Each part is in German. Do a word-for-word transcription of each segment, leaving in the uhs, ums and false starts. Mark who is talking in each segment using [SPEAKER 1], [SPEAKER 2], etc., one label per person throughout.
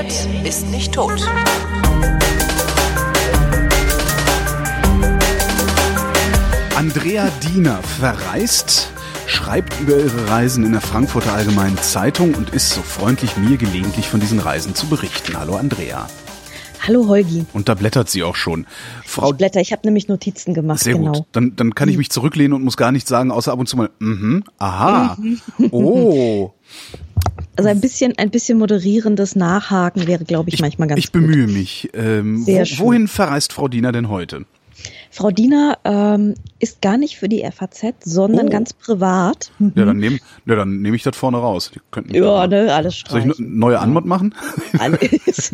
[SPEAKER 1] redet, ist nicht tot.
[SPEAKER 2] Andrea Diener verreist, schreibt über ihre Reisen in der Frankfurter Allgemeinen Zeitung und ist so freundlich, mir gelegentlich von diesen Reisen zu berichten. Hallo Andrea.
[SPEAKER 3] Hallo Holgi.
[SPEAKER 2] Und da blättert sie auch schon. Frau
[SPEAKER 3] ich blätter, ich habe nämlich Notizen gemacht.
[SPEAKER 2] Sehr
[SPEAKER 3] genau.
[SPEAKER 2] gut. Dann, dann kann ich mich zurücklehnen und muss gar nichts sagen, außer ab und zu mal, mhm, aha, oh.
[SPEAKER 3] Also ein bisschen, ein bisschen moderierendes Nachhaken wäre, glaube ich,
[SPEAKER 2] ich,
[SPEAKER 3] manchmal ganz
[SPEAKER 2] ich
[SPEAKER 3] gut.
[SPEAKER 2] Ich bemühe mich. Ähm,
[SPEAKER 3] Sehr
[SPEAKER 2] wo,
[SPEAKER 3] schön.
[SPEAKER 2] Wohin verreist Frau Diener denn heute?
[SPEAKER 3] Frau Diener ähm, ist gar nicht für die F A Z, sondern
[SPEAKER 2] oh.
[SPEAKER 3] ganz privat.
[SPEAKER 2] Ja, dann nehme ja, dann nehm ich das vorne raus. Die könnten mich
[SPEAKER 3] ja,
[SPEAKER 2] da,
[SPEAKER 3] ne, alles streichen.
[SPEAKER 2] Soll ich eine neue Anmod machen?
[SPEAKER 3] Alles.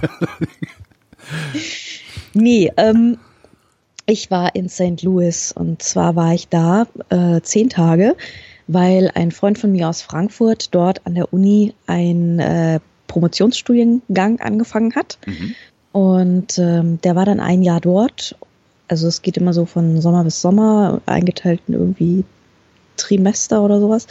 [SPEAKER 3] nee, ähm, ich war in Sankt Louis und zwar war ich da äh, zehn Tage, weil ein Freund von mir aus Frankfurt dort an der Uni einen äh, Promotionsstudiengang angefangen hat. Mhm. Und ähm, der war dann ein Jahr dort. Also es geht immer so von Sommer bis Sommer, eingeteilt in irgendwie Trimester oder sowas.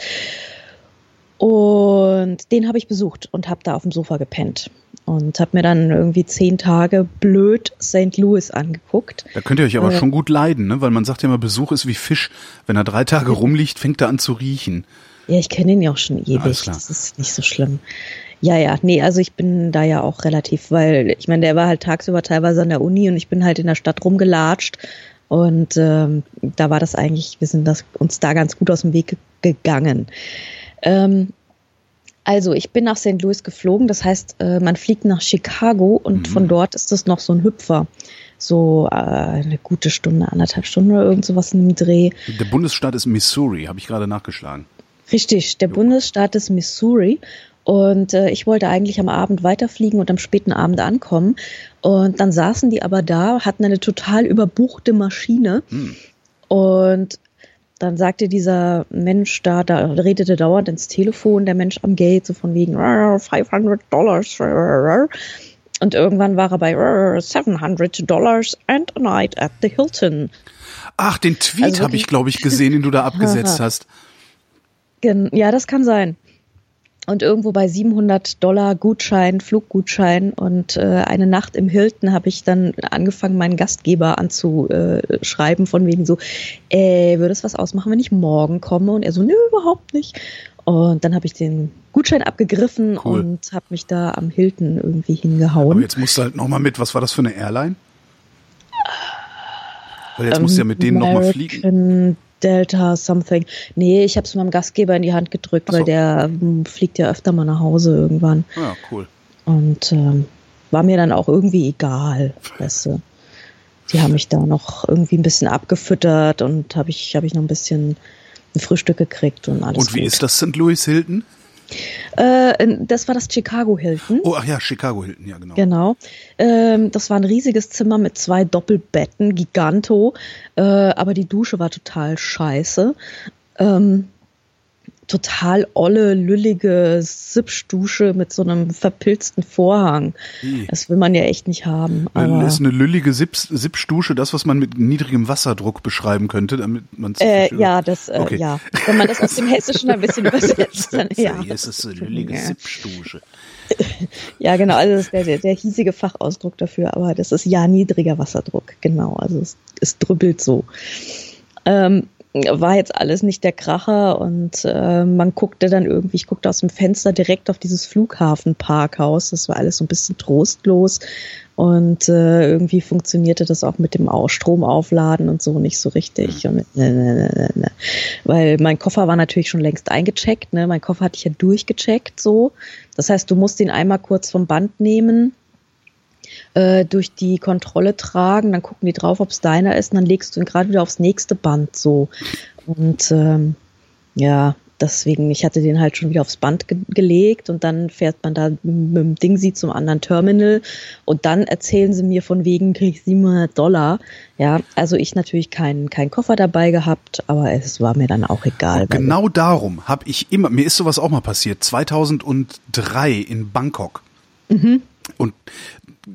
[SPEAKER 3] Und den habe ich besucht und habe da auf dem Sofa gepennt. Und habe mir dann irgendwie zehn Tage blöd Sankt Louis angeguckt.
[SPEAKER 2] Da könnt ihr euch aber
[SPEAKER 3] äh,
[SPEAKER 2] schon gut leiden, ne? Weil man sagt ja immer, Besuch ist wie Fisch. Wenn er drei Tage rumliegt, fängt er an zu riechen.
[SPEAKER 3] Ja, ich kenne ihn ja auch schon ewig. Das ist nicht so schlimm. Ja, ja, nee, also ich bin da ja auch relativ, weil ich meine, der war halt tagsüber teilweise an der Uni und ich bin halt in der Stadt rumgelatscht und ähm, da war das eigentlich, wir sind das, uns da ganz gut aus dem Weg gegangen. Ähm, also ich bin nach Sankt Louis geflogen, das heißt, äh, man fliegt nach Chicago und mhm. von dort ist das noch so ein Hüpfer. So äh, eine gute Stunde, anderthalb Stunden oder irgend sowas in dem Dreh.
[SPEAKER 2] Der Bundesstaat ist Missouri, habe ich gerade nachgeschlagen.
[SPEAKER 3] Richtig, der jo. Bundesstaat ist Missouri. Und äh, ich wollte eigentlich am Abend weiterfliegen und am späten Abend ankommen. Und dann saßen die aber da, hatten eine total überbuchte Maschine. Hm. Und dann sagte dieser Mensch da, da redete dauernd ins Telefon, der Mensch am Gate, so von wegen fünfhundert Dollars. Und irgendwann war er bei siebenhundert Dollars and a night at the Hilton.
[SPEAKER 2] Ach, den Tweet also habe ich, glaube ich, gesehen, den du da abgesetzt hast.
[SPEAKER 3] Ja, das kann sein. Und irgendwo bei siebenhundert Dollar Gutschein, Fluggutschein und äh, eine Nacht im Hilton habe ich dann angefangen, meinen Gastgeber anzuschreiben von wegen so, äh, würde es was ausmachen, wenn ich morgen komme? Und er so, nö, überhaupt nicht. Und dann habe ich den Gutschein abgegriffen cool. und habe mich da am Hilton irgendwie hingehauen.
[SPEAKER 2] Aber jetzt musst du halt nochmal mit, was war das für eine Airline? Weil jetzt musst du ja mit denen nochmal fliegen.
[SPEAKER 3] Delta something. Nee, ich habe es meinem Gastgeber in die Hand gedrückt, so. Weil der ähm, fliegt ja öfter mal nach Hause irgendwann.
[SPEAKER 2] Ja, cool.
[SPEAKER 3] Und ähm, war mir dann auch irgendwie egal, weißt du. Die haben mich da noch irgendwie ein bisschen abgefüttert und habe ich, hab ich noch ein bisschen ein Frühstück gekriegt und alles.
[SPEAKER 2] Und wie
[SPEAKER 3] gut.
[SPEAKER 2] ist das Sankt Louis Hilton?
[SPEAKER 3] Äh, das war das Chicago Hilton.
[SPEAKER 2] Oh, ach ja, Chicago Hilton, ja genau.
[SPEAKER 3] Genau. Ähm, das war ein riesiges Zimmer mit zwei Doppelbetten, giganto. Äh, aber die Dusche war total scheiße. Ähm, total olle, lüllige Sipsch-Dusche mit so einem verpilzten Vorhang. Wie? Das will man ja echt nicht haben. Aber
[SPEAKER 2] ist eine lüllige Sipsch-Dusche das, was man mit niedrigem Wasserdruck beschreiben könnte, damit man es
[SPEAKER 3] äh, ja, das, äh, okay. ja. Wenn man das aus dem Hessischen ein bisschen übersetzt, dann ja.
[SPEAKER 2] Hier ist es eine lüllige Sipsch-Dusche.
[SPEAKER 3] Ja, genau, also das ist der, der, der hiesige Fachausdruck dafür, aber das ist ja niedriger Wasserdruck, genau, also es, es drübbelt so. Ähm, war jetzt alles nicht der Kracher und äh, man guckte dann irgendwie, ich guckte aus dem Fenster direkt auf dieses Flughafenparkhaus, das war alles so ein bisschen trostlos und äh, irgendwie funktionierte das auch mit dem Stromaufladen und so nicht so richtig und, ne, ne, ne, ne. Weil mein Koffer war natürlich schon längst eingecheckt, ne? Mein Koffer hatte ich ja durchgecheckt so, das heißt, du musst ihn einmal kurz vom Band nehmen, äh, durch die Kontrolle tragen, dann gucken die drauf, ob es deiner ist und dann legst du ihn gerade wieder aufs nächste Band so. Und ähm, ja, deswegen, ich hatte den halt schon wieder aufs Band ge- gelegt und dann fährt man da mit dem Dingsi zum anderen Terminal und dann erzählen sie mir von wegen, krieg ich siebenhundert Dollar. Ja, also ich natürlich keinen keinen Koffer dabei gehabt, aber es war mir dann auch egal.
[SPEAKER 2] Genau darum habe ich immer, mir ist sowas auch mal passiert, zweitausenddrei in Bangkok. Mhm. Und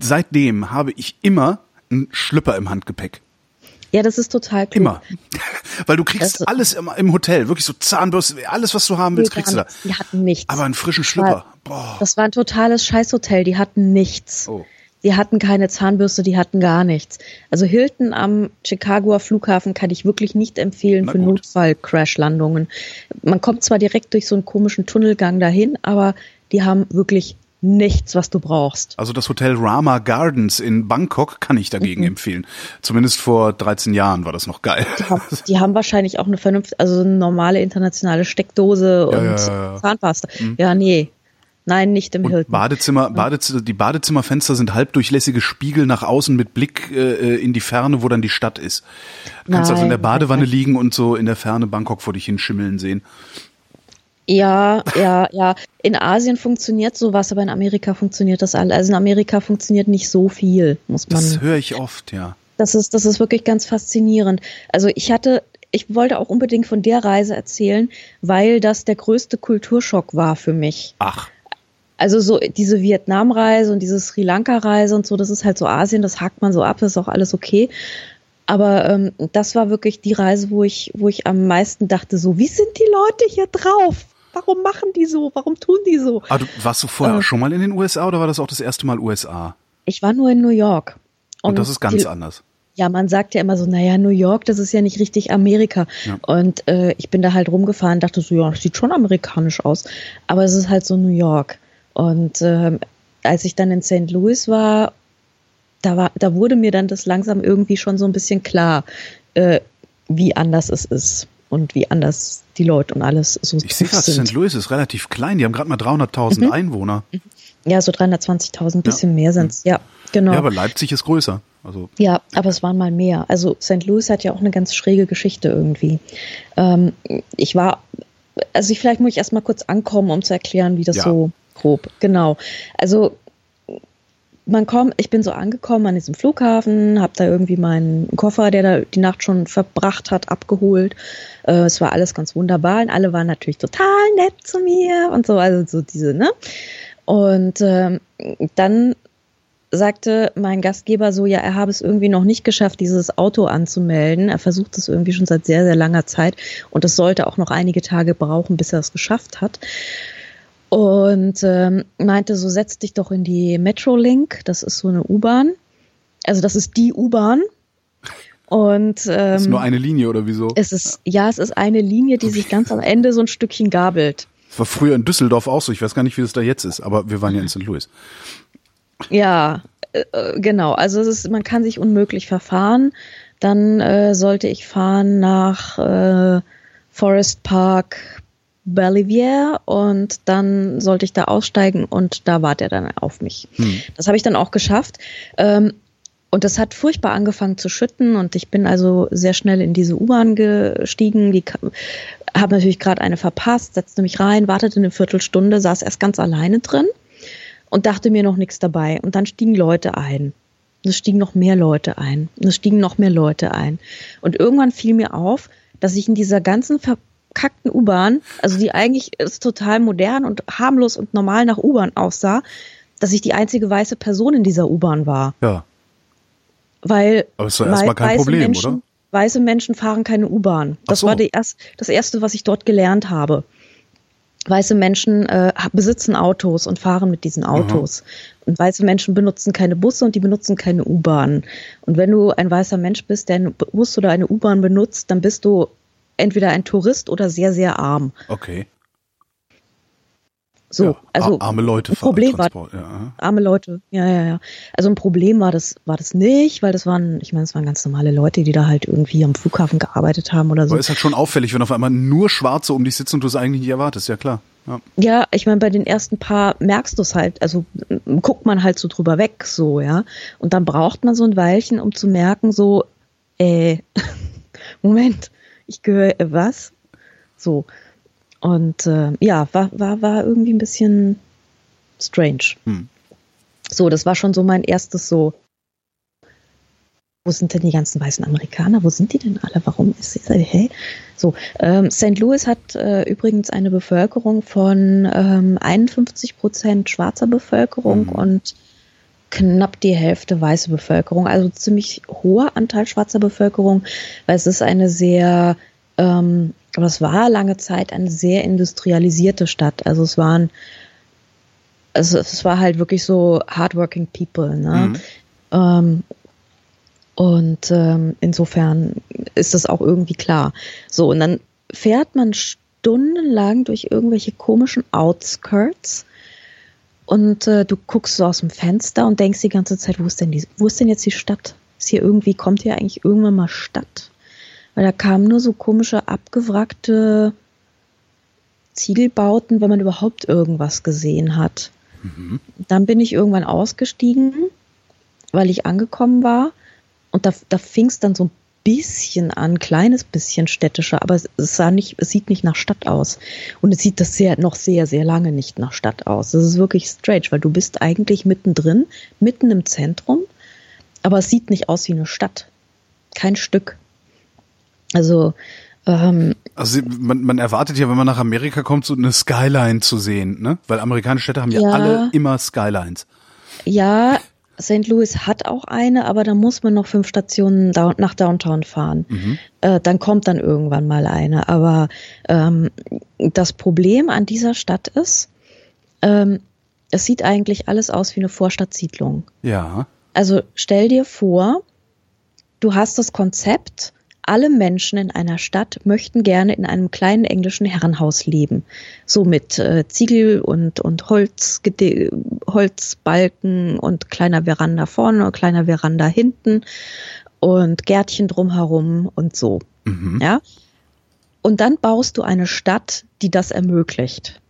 [SPEAKER 2] seitdem habe ich immer einen Schlüpper im Handgepäck.
[SPEAKER 3] Ja, das ist total klug.
[SPEAKER 2] Immer. weil du kriegst
[SPEAKER 3] das,
[SPEAKER 2] alles im, im Hotel, wirklich so Zahnbürste, alles, was du haben willst, kriegst du da.
[SPEAKER 3] Die hatten nichts.
[SPEAKER 2] Aber einen frischen Schlüpper. Boah.
[SPEAKER 3] Das war ein totales Scheißhotel, die hatten nichts.
[SPEAKER 2] Oh.
[SPEAKER 3] Die hatten keine Zahnbürste, die hatten gar nichts. Also Hilton am Chicagoer Flughafen kann ich wirklich nicht empfehlen
[SPEAKER 2] Na
[SPEAKER 3] für
[SPEAKER 2] gut.
[SPEAKER 3] Notfall-Crash-Landungen. Man kommt zwar direkt durch so einen komischen Tunnelgang dahin, aber die haben wirklich nichts, was du brauchst.
[SPEAKER 2] Also das Hotel Rama Gardens in Bangkok kann ich dagegen mhm. empfehlen. Zumindest vor dreizehn Jahren war das noch geil.
[SPEAKER 3] Die haben, die haben wahrscheinlich auch eine vernünftige, also eine normale internationale Steckdose
[SPEAKER 2] ja,
[SPEAKER 3] und
[SPEAKER 2] ja, ja, ja.
[SPEAKER 3] Zahnpasta.
[SPEAKER 2] Mhm.
[SPEAKER 3] Ja, nee. Nein, nicht im
[SPEAKER 2] und
[SPEAKER 3] Hilton.
[SPEAKER 2] Badezimmer, Badezimmer, die Badezimmerfenster sind halbdurchlässige Spiegel nach außen mit Blick äh, in die Ferne, wo dann die Stadt ist. Du kannst
[SPEAKER 3] Nein,
[SPEAKER 2] also in der Badewanne
[SPEAKER 3] nein.
[SPEAKER 2] liegen und so in der Ferne Bangkok vor dich hinschimmeln sehen.
[SPEAKER 3] Ja, ja, ja. In Asien funktioniert sowas, aber in Amerika funktioniert das alles. Also in Amerika funktioniert nicht so viel, muss man.
[SPEAKER 2] Das höre ich oft, ja.
[SPEAKER 3] Das ist, das ist wirklich ganz faszinierend. Also ich hatte, ich wollte auch unbedingt von der Reise erzählen, weil das der größte Kulturschock war für mich.
[SPEAKER 2] Ach.
[SPEAKER 3] Also so diese Vietnam-Reise und diese Sri Lanka-Reise und so, das ist halt so Asien, das hakt man so ab, das ist auch alles okay. Aber ähm, das war wirklich die Reise, wo ich, wo ich am meisten dachte, so, wie sind die Leute hier drauf? Warum machen die so? Warum tun die so?
[SPEAKER 2] Ah, du, warst du vorher
[SPEAKER 3] äh,
[SPEAKER 2] auch schon mal in den U S A oder war das auch das erste Mal U S A?
[SPEAKER 3] Ich war nur in New York.
[SPEAKER 2] Und, und das ist ganz
[SPEAKER 3] die,
[SPEAKER 2] anders.
[SPEAKER 3] Ja, man sagt ja immer so, naja, New York, das ist ja nicht richtig Amerika. Ja. Und äh, ich bin da halt rumgefahren, dachte so, ja, das sieht schon amerikanisch aus. Aber es ist halt so New York. Und ähm, als ich dann in Saint Louis war, da war, da wurde mir dann das langsam irgendwie schon so ein bisschen klar, äh, wie anders es ist und wie anders die Leute und alles so sind.
[SPEAKER 2] Ich sehe gerade, Saint Louis ist relativ klein, die haben gerade mal dreihunderttausend
[SPEAKER 3] mhm.
[SPEAKER 2] Einwohner.
[SPEAKER 3] Ja, so dreihundertzwanzigtausend, bisschen ja. mehr sind's, ja, genau.
[SPEAKER 2] Ja, aber Leipzig ist größer. Also
[SPEAKER 3] ja, aber es waren mal mehr. Also Saint Louis hat ja auch eine ganz schräge Geschichte irgendwie. Ähm, ich war, also ich, vielleicht muss ich erst mal kurz ankommen, um zu erklären, wie das ja. so grob, genau. Also man kommt, ich bin so angekommen an diesem Flughafen, habe da irgendwie meinen Koffer, der da die Nacht schon verbracht hat, abgeholt. Äh, es war alles ganz wunderbar und alle waren natürlich total nett zu mir und so, also so diese, ne? Und ähm, dann sagte mein Gastgeber so, ja, er habe es irgendwie noch nicht geschafft, dieses Auto anzumelden. Er versucht es irgendwie schon seit sehr, sehr langer Zeit und es sollte auch noch einige Tage brauchen, bis er es geschafft hat. Und ähm, meinte so, setz dich doch in die Metrolink, das ist so eine U-Bahn. Also das ist die U-Bahn. Und ähm,
[SPEAKER 2] das ist nur eine Linie oder wieso?
[SPEAKER 3] Es ist, ja, es ist eine Linie, die sich ganz am Ende so ein Stückchen gabelt.
[SPEAKER 2] Das war früher in Düsseldorf auch so, ich weiß gar nicht, wie das da jetzt ist, aber wir waren ja in Saint Louis.
[SPEAKER 3] Ja, äh, genau, also es ist, man kann sich unmöglich verfahren. Dann äh, sollte ich fahren nach äh, Forest Park Bellevue und dann sollte ich da aussteigen und da war der dann auf mich. Hm. Das habe ich dann auch geschafft. Ähm, und das hat furchtbar angefangen zu schütten und ich bin also sehr schnell in diese U-Bahn gestiegen. Die habe natürlich gerade eine verpasst, setzte mich rein, wartete eine Viertelstunde, saß erst ganz alleine drin und dachte mir noch nichts dabei. Und dann stiegen Leute ein. Es stiegen noch mehr Leute ein. Es stiegen noch mehr Leute ein. Und irgendwann fiel mir auf, dass ich in dieser ganzen verkackten U-Bahn, also die eigentlich ist total modern und harmlos und normal nach U-Bahn aussah, dass ich die einzige weiße Person in dieser U-Bahn war.
[SPEAKER 2] Ja.
[SPEAKER 3] Weil
[SPEAKER 2] aber ist doch erstmal kein Problem,
[SPEAKER 3] Menschen,
[SPEAKER 2] oder?
[SPEAKER 3] Weiße Menschen fahren keine U-Bahn. Das
[SPEAKER 2] so.
[SPEAKER 3] war die erst, das Erste, was ich dort gelernt habe. Weiße Menschen äh, besitzen Autos und fahren mit diesen Autos. Mhm. Und weiße Menschen benutzen keine Busse und die benutzen keine U-Bahn. Und wenn du ein weißer Mensch bist, der einen Bus oder eine U-Bahn benutzt, dann bist du entweder ein Tourist oder sehr, sehr arm.
[SPEAKER 2] Okay.
[SPEAKER 3] So,
[SPEAKER 2] ja,
[SPEAKER 3] also
[SPEAKER 2] arme Leute,
[SPEAKER 3] ein Problem war,
[SPEAKER 2] ja.
[SPEAKER 3] arme Leute, ja, ja, ja. Also ein Problem war das, war das nicht, weil das waren, ich meine, es waren ganz normale Leute, die da halt irgendwie am Flughafen gearbeitet haben oder so.
[SPEAKER 2] Aber ist halt schon auffällig, wenn auf einmal nur Schwarze um dich sitzen und du es eigentlich nicht erwartest, ja klar. Ja,
[SPEAKER 3] ja, ich meine, bei den ersten paar merkst du es halt, also guckt man halt so drüber weg, so, ja. Und dann braucht man so ein Weilchen, um zu merken, so, äh, Moment, ich gehöre, äh, was? So. Und äh, ja, war, war, war irgendwie ein bisschen strange. Hm. So, das war schon so mein erstes so, wo sind denn die ganzen weißen Amerikaner? Wo sind die denn alle? Warum ist sie, hey? So, ähm, Saint Louis hat äh, übrigens eine Bevölkerung von ähm, einundfünfzig Prozent schwarzer Bevölkerung hm. und knapp die Hälfte weiße Bevölkerung. Also ziemlich hoher Anteil schwarzer Bevölkerung, weil es ist eine sehr Ähm, aber es war lange Zeit eine sehr industrialisierte Stadt. Also es waren, also es war halt wirklich so hardworking people, ne? Mhm. Ähm, und ähm, insofern ist das auch irgendwie klar. So, und dann fährt man stundenlang durch irgendwelche komischen Outskirts und äh, du guckst so aus dem Fenster und denkst die ganze Zeit, wo ist denn die, wo ist denn jetzt die Stadt? Ist hier irgendwie, kommt hier eigentlich irgendwann mal Stadt? Weil da kamen nur so komische, abgewrackte Ziegelbauten, wenn man überhaupt irgendwas gesehen hat. Mhm. Dann bin ich irgendwann ausgestiegen, weil ich angekommen war. Und da, da fing es dann so ein bisschen an, kleines bisschen städtischer, aber es, es, sah nicht, es sieht nicht nach Stadt aus. Und es sieht das sehr, noch sehr, sehr lange nicht nach Stadt aus. Das ist wirklich strange, weil du bist eigentlich mittendrin, mitten im Zentrum, aber es sieht nicht aus wie eine Stadt. Kein Stück. Also, ähm,
[SPEAKER 2] also man, man erwartet ja, wenn man nach Amerika kommt, so eine Skyline zu sehen, ne? Weil amerikanische Städte haben ja, ja alle immer Skylines.
[SPEAKER 3] Ja, Saint Louis hat auch eine, aber da muss man noch fünf Stationen da, nach Downtown fahren. Mhm. Äh, dann kommt dann irgendwann mal eine. Aber ähm, das Problem an dieser Stadt ist, ähm, es sieht eigentlich alles aus wie eine Vorstadtsiedlung.
[SPEAKER 2] Ja.
[SPEAKER 3] Also stell dir vor, du hast das Konzept, alle Menschen in einer Stadt möchten gerne in einem kleinen englischen Herrenhaus leben. So mit äh, Ziegel und, und Holz, Holzbalken und kleiner Veranda vorne und kleiner Veranda hinten und Gärtchen drumherum und so. Mhm. Ja? Und dann baust du eine Stadt, die das ermöglicht.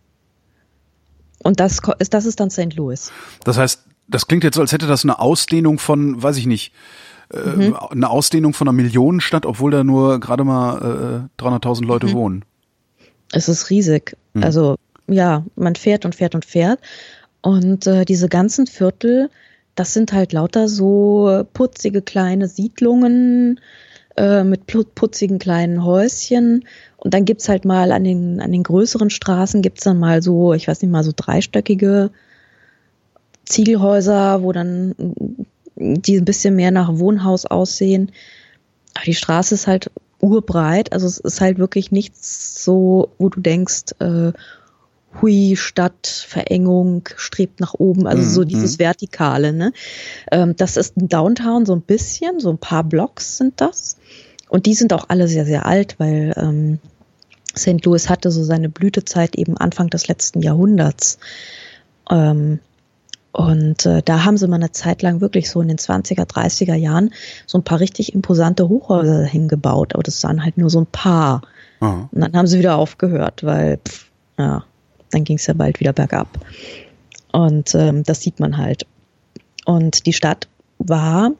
[SPEAKER 3] Und das ist, das ist dann Saint Louis.
[SPEAKER 2] Das heißt, das klingt jetzt so, als hätte das eine Ausdehnung von, weiß ich nicht, Mhm. eine Ausdehnung von einer Millionenstadt, obwohl da nur gerade mal äh, dreihunderttausend Leute mhm. wohnen.
[SPEAKER 3] Es ist riesig. Mhm. Also ja, man fährt und fährt und fährt. Und äh, diese ganzen Viertel, das sind halt lauter so putzige kleine Siedlungen äh, mit putzigen kleinen Häuschen. Und dann gibt's halt mal an den, an den größeren Straßen gibt's dann mal so, ich weiß nicht mal, so dreistöckige Ziegelhäuser, wo dann die ein bisschen mehr nach Wohnhaus aussehen. Aber die Straße ist halt urbreit, also es ist halt wirklich nichts so, wo du denkst, äh, hui, Stadt, Verengung, strebt nach oben, also so dieses Vertikale, ne? Ähm, das ist ein Downtown so ein bisschen, so ein paar Blocks sind das. Und die sind auch alle sehr, sehr alt, weil ähm, Saint Louis hatte so seine Blütezeit eben Anfang des letzten Jahrhunderts. Ähm, Und äh, da haben sie mal eine Zeit lang wirklich so in den zwanziger, dreißiger Jahren so ein paar richtig imposante Hochhäuser hingebaut. Aber das waren halt nur so ein paar. Aha. Und dann haben sie wieder aufgehört, weil, pff, ja, dann ging es ja bald wieder bergab. Und ähm, das sieht man halt. Und die Stadt war,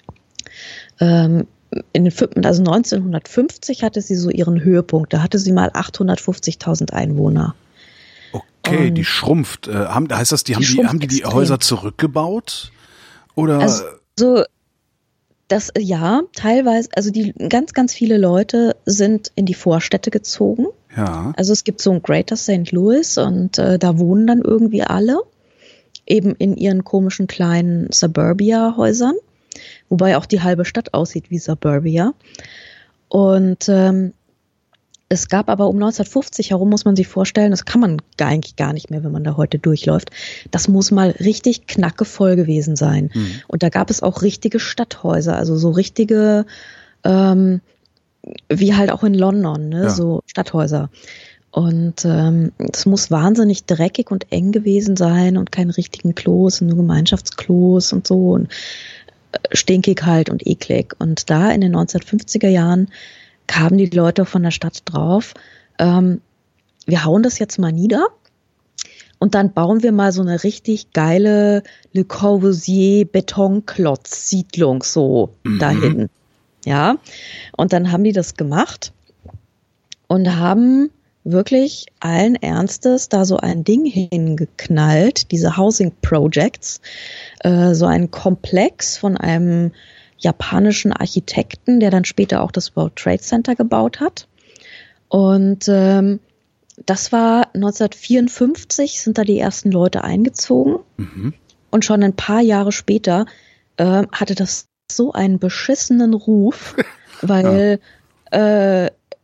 [SPEAKER 3] ähm, in den, also neunzehnhundertfünfzig hatte sie so ihren Höhepunkt. Da hatte sie mal achthundertfünfzigtausend Einwohner.
[SPEAKER 2] Okay, die schrumpft. Äh, haben, heißt das, die, die haben die, haben die die Häuser zurückgebaut? Oder?
[SPEAKER 3] Also, so, das, ja, teilweise, also die, ganz, ganz viele Leute sind in die Vorstädte gezogen.
[SPEAKER 2] Ja.
[SPEAKER 3] Also es gibt so ein Greater Saint Louis und äh, da wohnen dann irgendwie alle. Eben in ihren komischen kleinen Suburbia-Häusern. Wobei auch die halbe Stadt aussieht wie Suburbia. Und, ähm, es gab aber um neunzehnhundertfünfzig herum, muss man sich vorstellen, das kann man gar, eigentlich gar nicht mehr, wenn man da heute durchläuft. Das muss mal richtig knackevoll gewesen sein. Mhm. Und da gab es auch richtige Stadthäuser, also so richtige, ähm, wie halt auch in London, ne, ja. So Stadthäuser. Und ähm, es muss wahnsinnig dreckig und eng gewesen sein und keine richtigen Klos, nur Gemeinschaftsklos und so. Und stinkig halt und eklig. Und da in den neunzehnhundertfünfziger Jahren kamen die Leute von der Stadt drauf, ähm, wir hauen das jetzt mal nieder und dann bauen wir mal so eine richtig geile Le Corbusier Betonklotz-Siedlung so mhm. dahin. Ja, und dann haben die das gemacht und haben wirklich allen Ernstes da so ein Ding hingeknallt, diese Housing Projects, äh, so ein Komplex von einem japanischen Architekten, der dann später auch das World Trade Center gebaut hat. Und ähm, das war neunzehnhundertvierundfünfzig, sind da die ersten Leute eingezogen. Mhm. Und schon ein paar Jahre später äh, hatte das so einen beschissenen Ruf, weil ja. äh,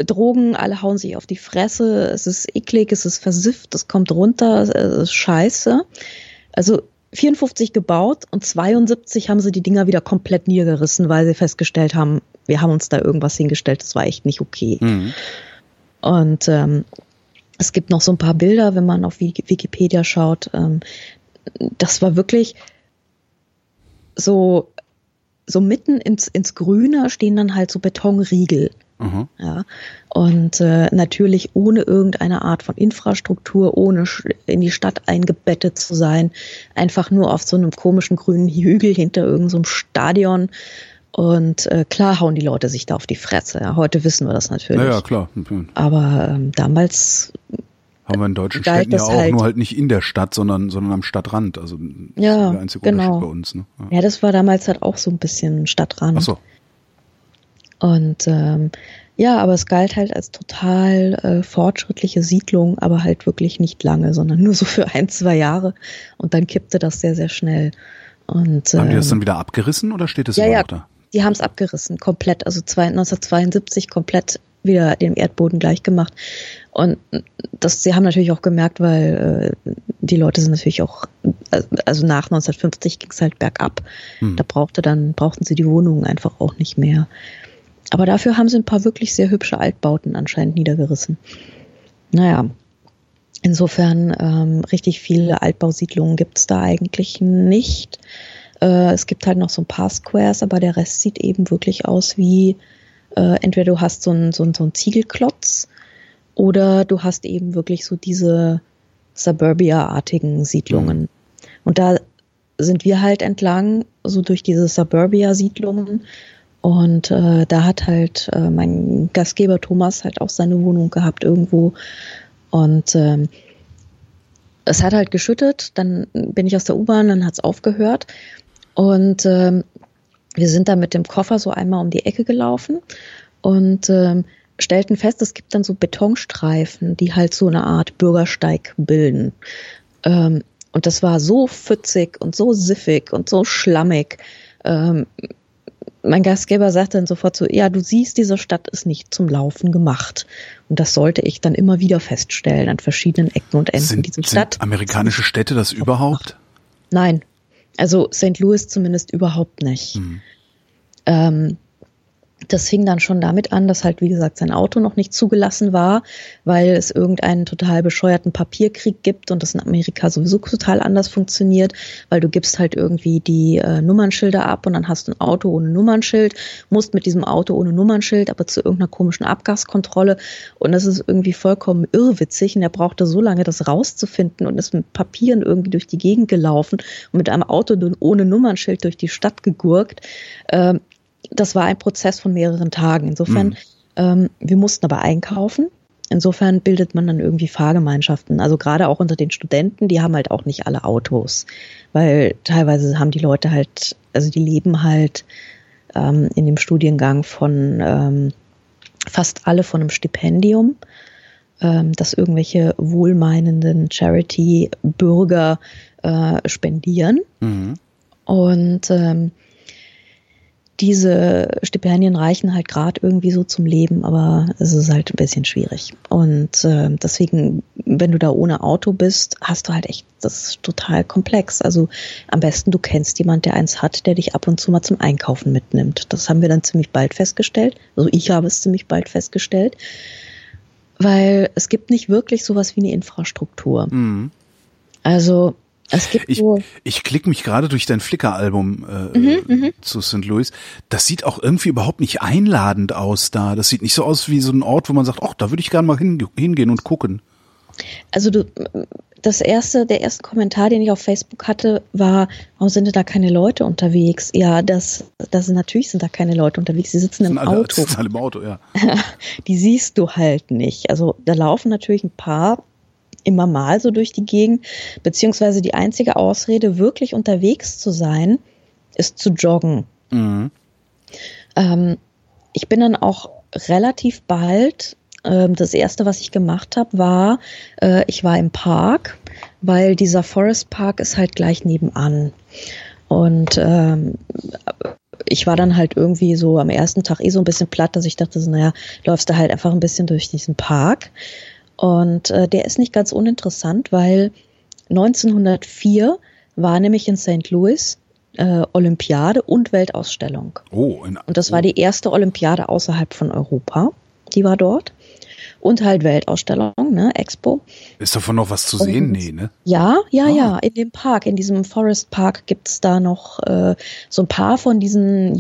[SPEAKER 3] Drogen, alle hauen sich auf die Fresse, es ist eklig, es ist versifft, es kommt runter, es ist scheiße. Also vierundfünfzig gebaut und zweiundsiebzig haben sie die Dinger wieder komplett niedergerissen, weil sie festgestellt haben, wir haben uns da irgendwas hingestellt, das war echt nicht okay. Mhm. Und ähm, es gibt noch so ein paar Bilder, wenn man auf Wikipedia schaut. Ähm, das war wirklich so, so mitten ins, ins Grüne stehen dann halt so Betonriegel. Mhm. Ja. Und äh, natürlich ohne irgendeine Art von Infrastruktur, ohne in die Stadt eingebettet zu sein. Einfach nur auf so einem komischen grünen Hügel hinter irgendeinem so Stadion. Und äh, klar hauen die Leute sich da auf die Fresse. Ja. Heute wissen wir das natürlich.
[SPEAKER 2] Ja, ja, klar.
[SPEAKER 3] Aber ähm, damals
[SPEAKER 2] haben wir in deutschen Städten ja auch, halt, nur halt nicht in der Stadt, sondern sondern am Stadtrand. Also
[SPEAKER 3] ja,
[SPEAKER 2] das ist der einzige
[SPEAKER 3] genau.
[SPEAKER 2] Unterschied bei uns. Ne?
[SPEAKER 3] Ja. ja, das war damals halt auch so ein bisschen Stadtrand.
[SPEAKER 2] Ach so.
[SPEAKER 3] Und ähm, ja, aber es galt halt als total äh, fortschrittliche Siedlung, aber halt wirklich nicht lange, sondern nur so für ein, zwei Jahre. Und dann kippte das sehr, sehr schnell. Und,
[SPEAKER 2] haben
[SPEAKER 3] ähm,
[SPEAKER 2] die das dann wieder abgerissen oder steht es
[SPEAKER 3] ja,
[SPEAKER 2] immer
[SPEAKER 3] ja,
[SPEAKER 2] noch da?
[SPEAKER 3] Die haben es abgerissen, komplett. Also neunzehnhundertzweiundsiebzig komplett wieder dem Erdboden gleich gemacht. Und das, sie haben natürlich auch gemerkt, weil äh, die Leute sind natürlich auch, also nach neunzehnhundertfünfzig ging es halt bergab. Hm. Da brauchte dann, brauchten sie die Wohnungen einfach auch nicht mehr. Aber dafür haben sie ein paar wirklich sehr hübsche Altbauten anscheinend niedergerissen. Naja, insofern ähm, richtig viele Altbausiedlungen gibt es da eigentlich nicht. Äh, es gibt halt noch so ein paar Squares, aber der Rest sieht eben wirklich aus wie, äh, entweder du hast so einen so so ein Ziegelklotz oder du hast eben wirklich so diese Suburbia-artigen Siedlungen. Mhm. Und da sind wir halt entlang, so durch diese Suburbia-Siedlungen. Und äh, da hat halt äh, mein Gastgeber Thomas halt auch seine Wohnung gehabt irgendwo. Und ähm, es hat halt geschüttet, dann bin ich aus der U-Bahn, dann hat's aufgehört. Und ähm, wir sind dann mit dem Koffer so einmal um die Ecke gelaufen und ähm, stellten fest, es gibt dann so Betonstreifen, die halt so eine Art Bürgersteig bilden. Ähm, und das war so pfützig und so siffig und so schlammig. Ähm, Mein Gastgeber sagte dann sofort so, ja, du siehst, diese Stadt ist nicht zum Laufen gemacht. Und das sollte ich dann immer wieder feststellen an verschiedenen Ecken und Enden
[SPEAKER 2] sind,
[SPEAKER 3] dieser Stadt.
[SPEAKER 2] Sind amerikanische Städte das überhaupt?
[SPEAKER 3] Nein, also Sankt Louis zumindest überhaupt nicht. Hm. Ähm, das fing dann schon damit an, dass halt, wie gesagt, sein Auto noch nicht zugelassen war, weil es irgendeinen total bescheuerten Papierkrieg gibt und das in Amerika sowieso total anders funktioniert, weil du gibst halt irgendwie die äh, Nummernschilder ab und dann hast du ein Auto ohne Nummernschild, musst mit diesem Auto ohne Nummernschild aber zu irgendeiner komischen Abgaskontrolle und das ist irgendwie vollkommen irrwitzig und er brauchte so lange, das rauszufinden und ist mit Papieren irgendwie durch die Gegend gelaufen und mit einem Auto ohne Nummernschild durch die Stadt gegurkt. Ähm, Das war ein Prozess von mehreren Tagen. Insofern, mhm. ähm, wir mussten aber einkaufen. Insofern bildet man dann irgendwie Fahrgemeinschaften. Also gerade auch unter den Studenten, die haben halt auch nicht alle Autos. Weil teilweise haben die Leute halt, also die leben halt ähm, in dem Studiengang von ähm, fast alle von einem Stipendium, ähm, das irgendwelche wohlmeinenden Charity-Bürger äh, spendieren. Mhm. Und ähm, diese Stipendien reichen halt gerade irgendwie so zum Leben, aber es ist halt ein bisschen schwierig. Und äh, deswegen, wenn du da ohne Auto bist, hast du halt echt, das ist total komplex. Also am besten, du kennst jemand, der eins hat, der dich ab und zu mal zum Einkaufen mitnimmt. Das haben wir dann ziemlich bald festgestellt. Also ich habe es ziemlich bald festgestellt, weil es gibt nicht wirklich sowas wie eine Infrastruktur. Mhm. Also Es gibt
[SPEAKER 2] ich,
[SPEAKER 3] so
[SPEAKER 2] ich klicke mich gerade durch dein Flickr-Album äh, mhm, zu Sankt Louis. Das sieht auch irgendwie überhaupt nicht einladend aus da. Das sieht nicht so aus wie so ein Ort, wo man sagt, ach, da würde ich gerne mal hin, hingehen und gucken.
[SPEAKER 3] Also du, das erste, der erste Kommentar, den ich auf Facebook hatte, war, warum sind denn da keine Leute unterwegs? Ja, das, das sind, natürlich sind da keine Leute unterwegs. Die sitzen im
[SPEAKER 2] alle,
[SPEAKER 3] Auto.
[SPEAKER 2] Sitzen alle im Auto, ja.
[SPEAKER 3] Die siehst du halt nicht. Also da laufen natürlich ein paar immer mal so durch die Gegend, beziehungsweise die einzige Ausrede, wirklich unterwegs zu sein, ist zu joggen. Mhm. Ähm, ich bin dann auch relativ bald, ähm, das erste, was ich gemacht habe, war, äh, ich war im Park, weil dieser Forest Park ist halt gleich nebenan. Und ähm, ich war dann halt irgendwie so am ersten Tag eh so ein bisschen platt, dass ich dachte so, naja, läufst du halt einfach ein bisschen durch diesen Park. Und äh, der ist nicht ganz uninteressant, weil neunzehnhundertvier war nämlich in Sankt Louis äh, Olympiade und Weltausstellung.
[SPEAKER 2] Oh, in,
[SPEAKER 3] und das
[SPEAKER 2] oh.
[SPEAKER 3] war die erste Olympiade außerhalb von Europa, die war dort. Und halt Weltausstellung, ne, Expo.
[SPEAKER 2] Ist davon noch was zu sehen?
[SPEAKER 3] Und,
[SPEAKER 2] nee, ne?
[SPEAKER 3] Ja, ja,
[SPEAKER 2] ah.
[SPEAKER 3] ja, in dem Park, in diesem Forest Park gibt's da noch äh, so ein paar von diesen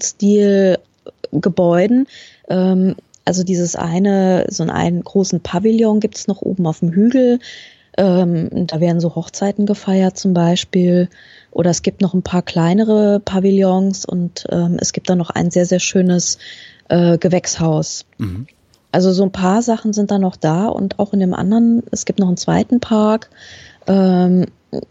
[SPEAKER 3] Jugendstil-Gebäuden. Ähm, also dieses eine, so einen großen Pavillon gibt's noch oben auf dem Hügel. Ähm, da werden so Hochzeiten gefeiert zum Beispiel. Oder es gibt noch ein paar kleinere Pavillons und ähm, es gibt da noch ein sehr, sehr schönes äh, Gewächshaus. Mhm. Also so ein paar Sachen sind da noch da und auch in dem anderen, es gibt noch einen zweiten Park, ähm,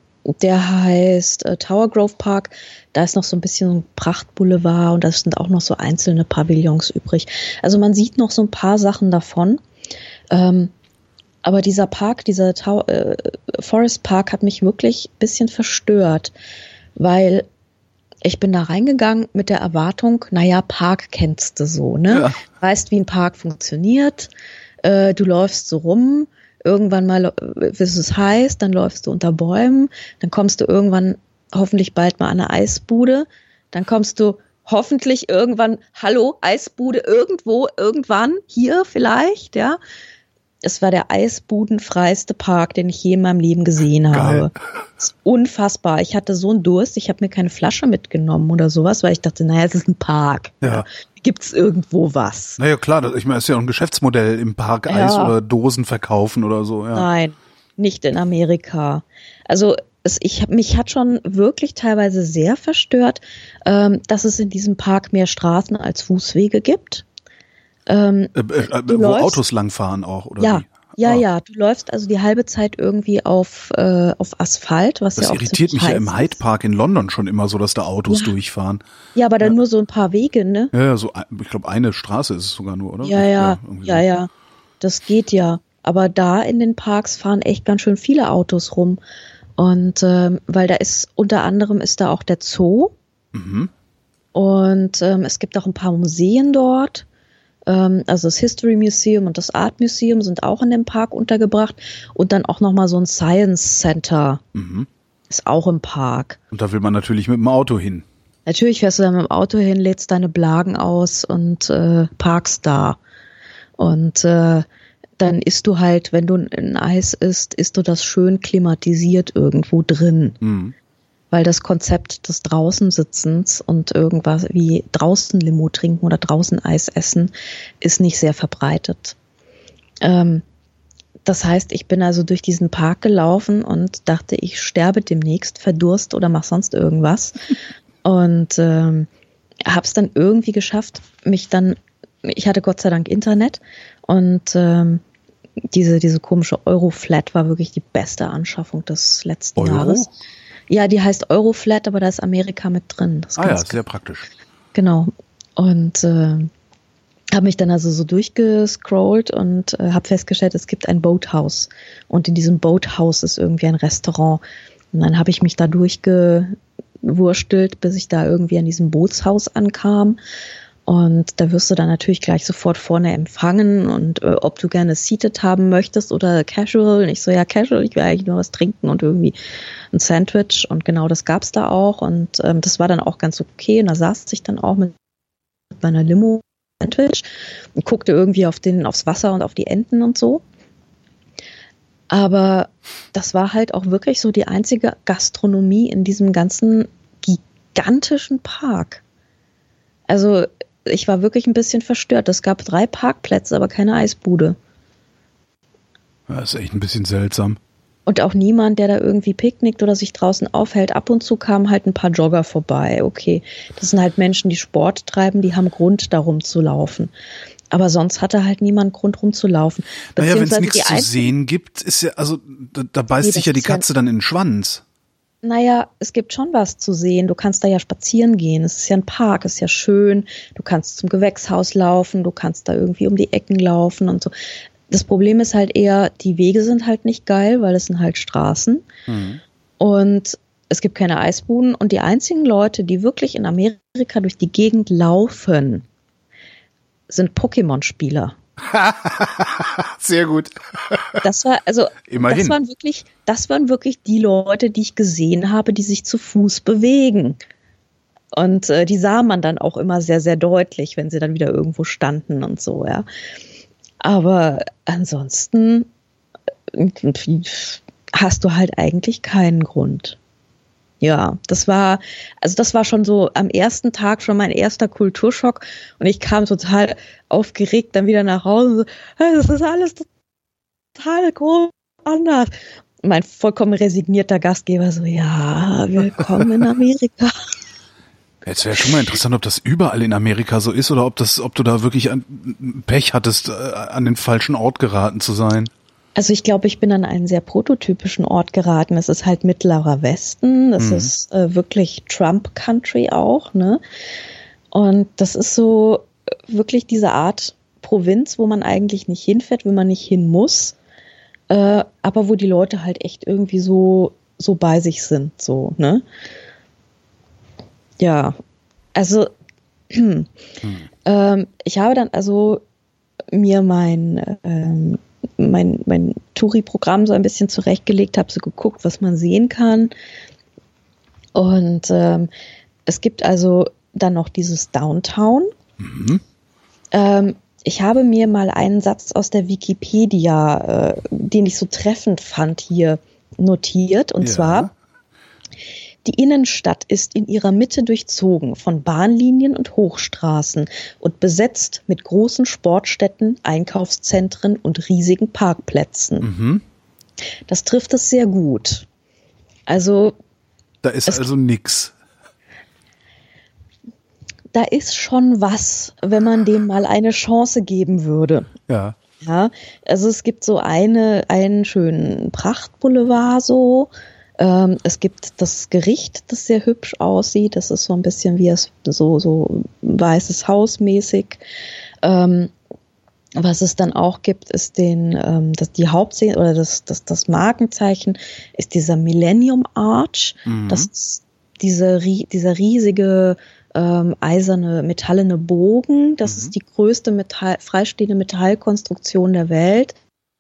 [SPEAKER 3] der heißt äh, Tower Grove Park. Da ist noch so ein bisschen so ein Prachtboulevard und da sind auch noch so einzelne Pavillons übrig. Also man sieht noch so ein paar Sachen davon. Ähm, aber dieser Park, dieser Tau- äh, Forest Park hat mich wirklich ein bisschen verstört, weil ich bin da reingegangen mit der Erwartung, naja, Park kennst du so, ne? Ja. Weißt, wie ein Park funktioniert, äh, du läufst so rum, irgendwann mal, bis es heißt, dann läufst du unter Bäumen, dann kommst du irgendwann hoffentlich bald mal an eine Eisbude, dann kommst du hoffentlich irgendwann, hallo, Eisbude, irgendwo, irgendwann, hier vielleicht, ja. Es war der eisbudenfreiste Park, den ich je in meinem Leben gesehen habe. Das ist unfassbar. Ich hatte so einen Durst, ich habe mir keine Flasche mitgenommen oder sowas, weil ich dachte, naja, es ist ein Park.
[SPEAKER 2] Ja.
[SPEAKER 3] Gibt's irgendwo was?
[SPEAKER 2] Naja, klar, ich meine, es ist ja auch ein Geschäftsmodell im Park, ja. Eis oder Dosen verkaufen oder so. Ja.
[SPEAKER 3] Nein, nicht in Amerika. Also es, ich hab, mich hat schon wirklich teilweise sehr verstört, ähm, dass es in diesem Park mehr Straßen als Fußwege gibt. Ähm,
[SPEAKER 2] äh, äh, wo läufst, Autos langfahren auch, oder
[SPEAKER 3] ja,
[SPEAKER 2] wie?
[SPEAKER 3] Ja,
[SPEAKER 2] ah.
[SPEAKER 3] ja, du läufst also die halbe Zeit irgendwie auf, äh, auf Asphalt, was
[SPEAKER 2] das
[SPEAKER 3] ja auch
[SPEAKER 2] irritiert mich ja im Hyde Park in London schon immer so, dass da Autos
[SPEAKER 3] ja.
[SPEAKER 2] durchfahren.
[SPEAKER 3] Ja, aber dann
[SPEAKER 2] ja.
[SPEAKER 3] nur so ein paar Wege, ne?
[SPEAKER 2] Ja, ja, so, ich glaube, eine Straße ist es sogar nur, oder?
[SPEAKER 3] Ja, ja, ja,
[SPEAKER 2] so.
[SPEAKER 3] ja, das geht ja. Aber da in den Parks fahren echt ganz schön viele Autos rum. Und ähm, weil da ist, unter anderem ist da auch der Zoo. Mhm. Und ähm, es gibt auch ein paar Museen dort. Also das History Museum und das Art Museum sind auch in dem Park untergebracht und dann auch nochmal so ein Science Center mhm. ist auch im Park.
[SPEAKER 2] Und da will man natürlich mit dem Auto hin.
[SPEAKER 3] Natürlich fährst du da mit dem Auto hin, lädst deine Blagen aus und äh, parkst da. Und äh, dann isst du halt, wenn du ein Eis isst, isst du das schön klimatisiert irgendwo drin. Mhm. Weil das Konzept des Draußensitzens und irgendwas wie draußen Limo trinken oder draußen Eis essen ist nicht sehr verbreitet. Ähm, das heißt, ich bin also durch diesen Park gelaufen und dachte, ich sterbe demnächst, verdurst oder mach sonst irgendwas. Und ähm, habe es dann irgendwie geschafft, mich dann, ich hatte Gott sei Dank Internet und ähm, diese, diese komische Euroflat war wirklich die beste Anschaffung des letzten
[SPEAKER 2] Euro?
[SPEAKER 3] Jahres. Ja, die heißt Euroflat, aber da ist Amerika mit drin. Das ist
[SPEAKER 2] ah ja,
[SPEAKER 3] sehr
[SPEAKER 2] praktisch.
[SPEAKER 3] Genau. Und äh, habe mich dann also so durchgescrollt und äh, habe festgestellt, es gibt ein Boathouse. Und in diesem Boathouse ist irgendwie ein Restaurant. Und dann habe ich mich da durchgewurstelt, bis ich da irgendwie an diesem Bootshaus ankam. Und da wirst du dann natürlich gleich sofort vorne empfangen und äh, ob du gerne seated haben möchtest oder casual. Und ich so, ja, casual, ich will eigentlich nur was trinken und irgendwie ein Sandwich. Und genau das gab's da auch. Und ähm, das war dann auch ganz okay. Und da saß ich dann auch mit meiner Limo Sandwich und guckte irgendwie auf den, aufs Wasser und auf die Enten und so. Aber das war halt auch wirklich so die einzige Gastronomie in diesem ganzen gigantischen Park. Also ich war wirklich ein bisschen verstört. Es gab drei Parkplätze, aber keine Eisbude.
[SPEAKER 2] Das ist echt ein bisschen seltsam.
[SPEAKER 3] Und auch niemand, der da irgendwie picknickt oder sich draußen aufhält. Ab und zu kamen halt ein paar Jogger vorbei. Okay, das sind halt Menschen, die Sport treiben, die haben Grund, da rumzulaufen. Aber sonst hatte halt niemand Grund rumzulaufen.
[SPEAKER 2] Naja, wenn es nichts zu sehen gibt, ist ja, also da, da beißt nee, sich ja die Katze ja dann in den Schwanz.
[SPEAKER 3] Naja, es gibt schon was zu sehen. Du kannst da ja spazieren gehen. Es ist ja ein Park, es ist ja schön. Du kannst zum Gewächshaus laufen, du kannst da irgendwie um die Ecken laufen und so. Das Problem ist halt eher, die Wege sind halt nicht geil, weil es sind halt Straßen. Mhm. Und es gibt keine Eisbuden und die einzigen Leute, die wirklich in Amerika durch die Gegend laufen, sind Pokémon-Spieler.
[SPEAKER 2] Sehr gut.
[SPEAKER 3] Das war, also,
[SPEAKER 2] Immerhin.
[SPEAKER 3] das waren wirklich, das waren wirklich die Leute, die ich gesehen habe, die sich zu Fuß bewegen. Und äh, die sah man dann auch immer sehr, sehr deutlich, wenn sie dann wieder irgendwo standen und so, ja. Aber ansonsten hast du halt eigentlich keinen Grund. Ja, das war, also das war schon so am ersten Tag schon mein erster Kulturschock und ich kam total aufgeregt dann wieder nach Hause und so, hey, das ist alles total groß anders. Und mein vollkommen resignierter Gastgeber so, ja, willkommen in Amerika.
[SPEAKER 2] Jetzt wäre schon mal interessant, ob das überall in Amerika so ist oder ob das, ob du da wirklich an, Pech hattest, an den falschen Ort geraten zu sein.
[SPEAKER 3] Also ich glaube, ich bin an einen sehr prototypischen Ort geraten. Es ist halt mittlerer Westen. Das mhm. ist äh, wirklich Trump-Country auch, ne? Und das ist so wirklich diese Art Provinz, wo man eigentlich nicht hinfährt, wenn man nicht hin muss, äh, aber wo die Leute halt echt irgendwie so so bei sich sind, so, ne? Ja, also mhm. ähm, ich habe dann also mir mein ähm, mein, mein Touri-Programm so ein bisschen zurechtgelegt, habe so geguckt, was man sehen kann. Und ähm, es gibt also dann noch dieses Downtown. Mhm. Ähm, ich habe mir mal einen Satz aus der Wikipedia, äh, den ich so treffend fand, hier notiert. Und ja. zwar: Die Innenstadt ist in ihrer Mitte durchzogen von Bahnlinien und Hochstraßen und besetzt mit großen Sportstätten, Einkaufszentren und riesigen Parkplätzen. Mhm. Das trifft es sehr gut. Also
[SPEAKER 2] da ist also nix.
[SPEAKER 3] Da ist schon was, wenn man dem mal eine Chance geben würde.
[SPEAKER 2] Ja.
[SPEAKER 3] Ja, also es gibt so eine, einen schönen Prachtboulevard so. Ähm, es gibt das Gericht, das sehr hübsch aussieht. Das ist so ein bisschen wie es so, so Weißes Haus mäßig. Ähm, was es dann auch gibt, ist den, ähm, das, die Hauptszene oder das, das, das Markenzeichen ist dieser Millennium Arch. Mhm. Das ist diese, dieser riesige ähm, eiserne, metallene Bogen. Das mhm. ist die größte Metall, freistehende Metallkonstruktion der Welt.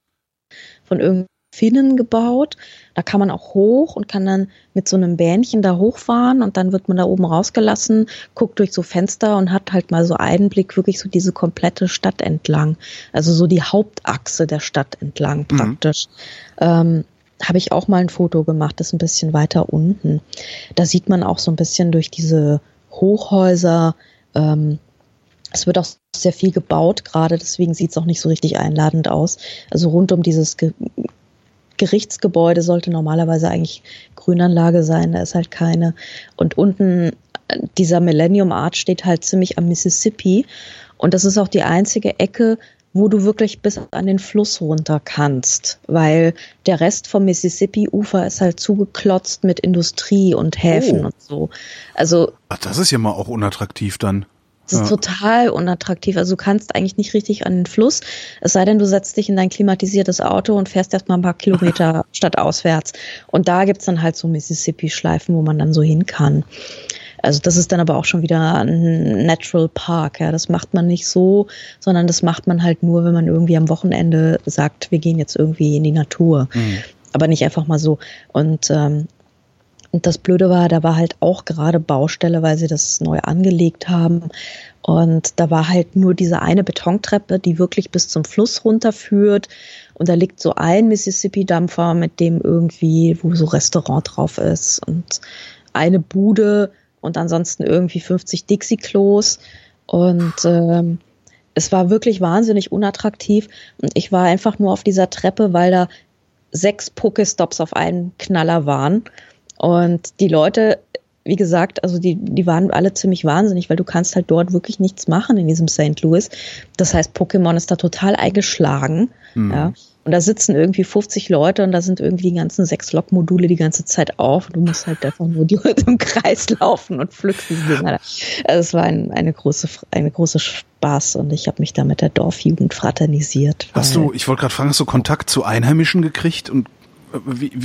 [SPEAKER 3] Von irgendeinem Finnen gebaut. Da kann man auch hoch und kann dann mit so einem Bähnchen da hochfahren und dann wird man da oben rausgelassen, guckt durch so Fenster und hat halt mal so einen Blick wirklich so diese komplette Stadt entlang. Also so die Hauptachse der Stadt entlang praktisch. Mhm. Ähm, habe ich auch mal ein Foto gemacht, das ist ein bisschen weiter unten. Da sieht man auch so ein bisschen durch diese Hochhäuser, ähm, es wird auch sehr viel gebaut gerade, deswegen sieht es auch nicht so richtig einladend aus. Also rund um dieses Ge- Gerichtsgebäude sollte normalerweise eigentlich Grünanlage sein, da ist halt keine. Und unten dieser Millennium Arch steht halt ziemlich am Mississippi und das ist auch die einzige Ecke, wo du wirklich bis an den Fluss runter kannst, weil der Rest vom Mississippi-Ufer ist halt zugeklotzt mit Industrie und Häfen oh. und so. Also
[SPEAKER 2] ach, das ist ja mal auch unattraktiv dann.
[SPEAKER 3] Das ist ja. total unattraktiv. Also du kannst eigentlich nicht richtig an den Fluss, es sei denn, du setzt dich in dein klimatisiertes Auto und fährst erst mal ein paar Kilometer stadtauswärts. Und da gibt's dann halt so Mississippi-Schleifen, wo man dann so hin kann. Also das ist dann aber auch schon wieder ein Natural Park. Ja, das macht man nicht so, sondern das macht man halt nur, wenn man irgendwie am Wochenende sagt, wir gehen jetzt irgendwie in die Natur. Mhm. Aber nicht einfach mal so. Und ähm, Und das Blöde war, da war halt auch gerade Baustelle, weil sie das neu angelegt haben. Und da war halt nur diese eine Betontreppe, die wirklich bis zum Fluss runterführt. Und da liegt so ein Mississippi-Dampfer, mit dem irgendwie, wo so Restaurant drauf ist. Und eine Bude und ansonsten irgendwie fünfzig Dixie-Klos. Und ähm, es war wirklich wahnsinnig unattraktiv. Und ich war einfach nur auf dieser Treppe, weil da sechs Pokestops auf einen Knaller waren. Und die Leute, wie gesagt, also die, die waren alle ziemlich wahnsinnig, weil du kannst halt dort wirklich nichts machen in diesem Sankt Louis. Das heißt, Pokémon ist da total eingeschlagen. Mhm. Ja. Und da sitzen irgendwie fünfzig Leute und da sind irgendwie die ganzen sechs Lokmodule die ganze Zeit auf. Und du musst halt einfach nur die im Kreis laufen und pflückst diese Dinger. Also es war ein, eine große, eine große Spaß und ich habe mich da mit der Dorfjugend fraternisiert.
[SPEAKER 2] Hast du, ich wollte gerade fragen, hast du Kontakt zu Einheimischen gekriegt und wie, wie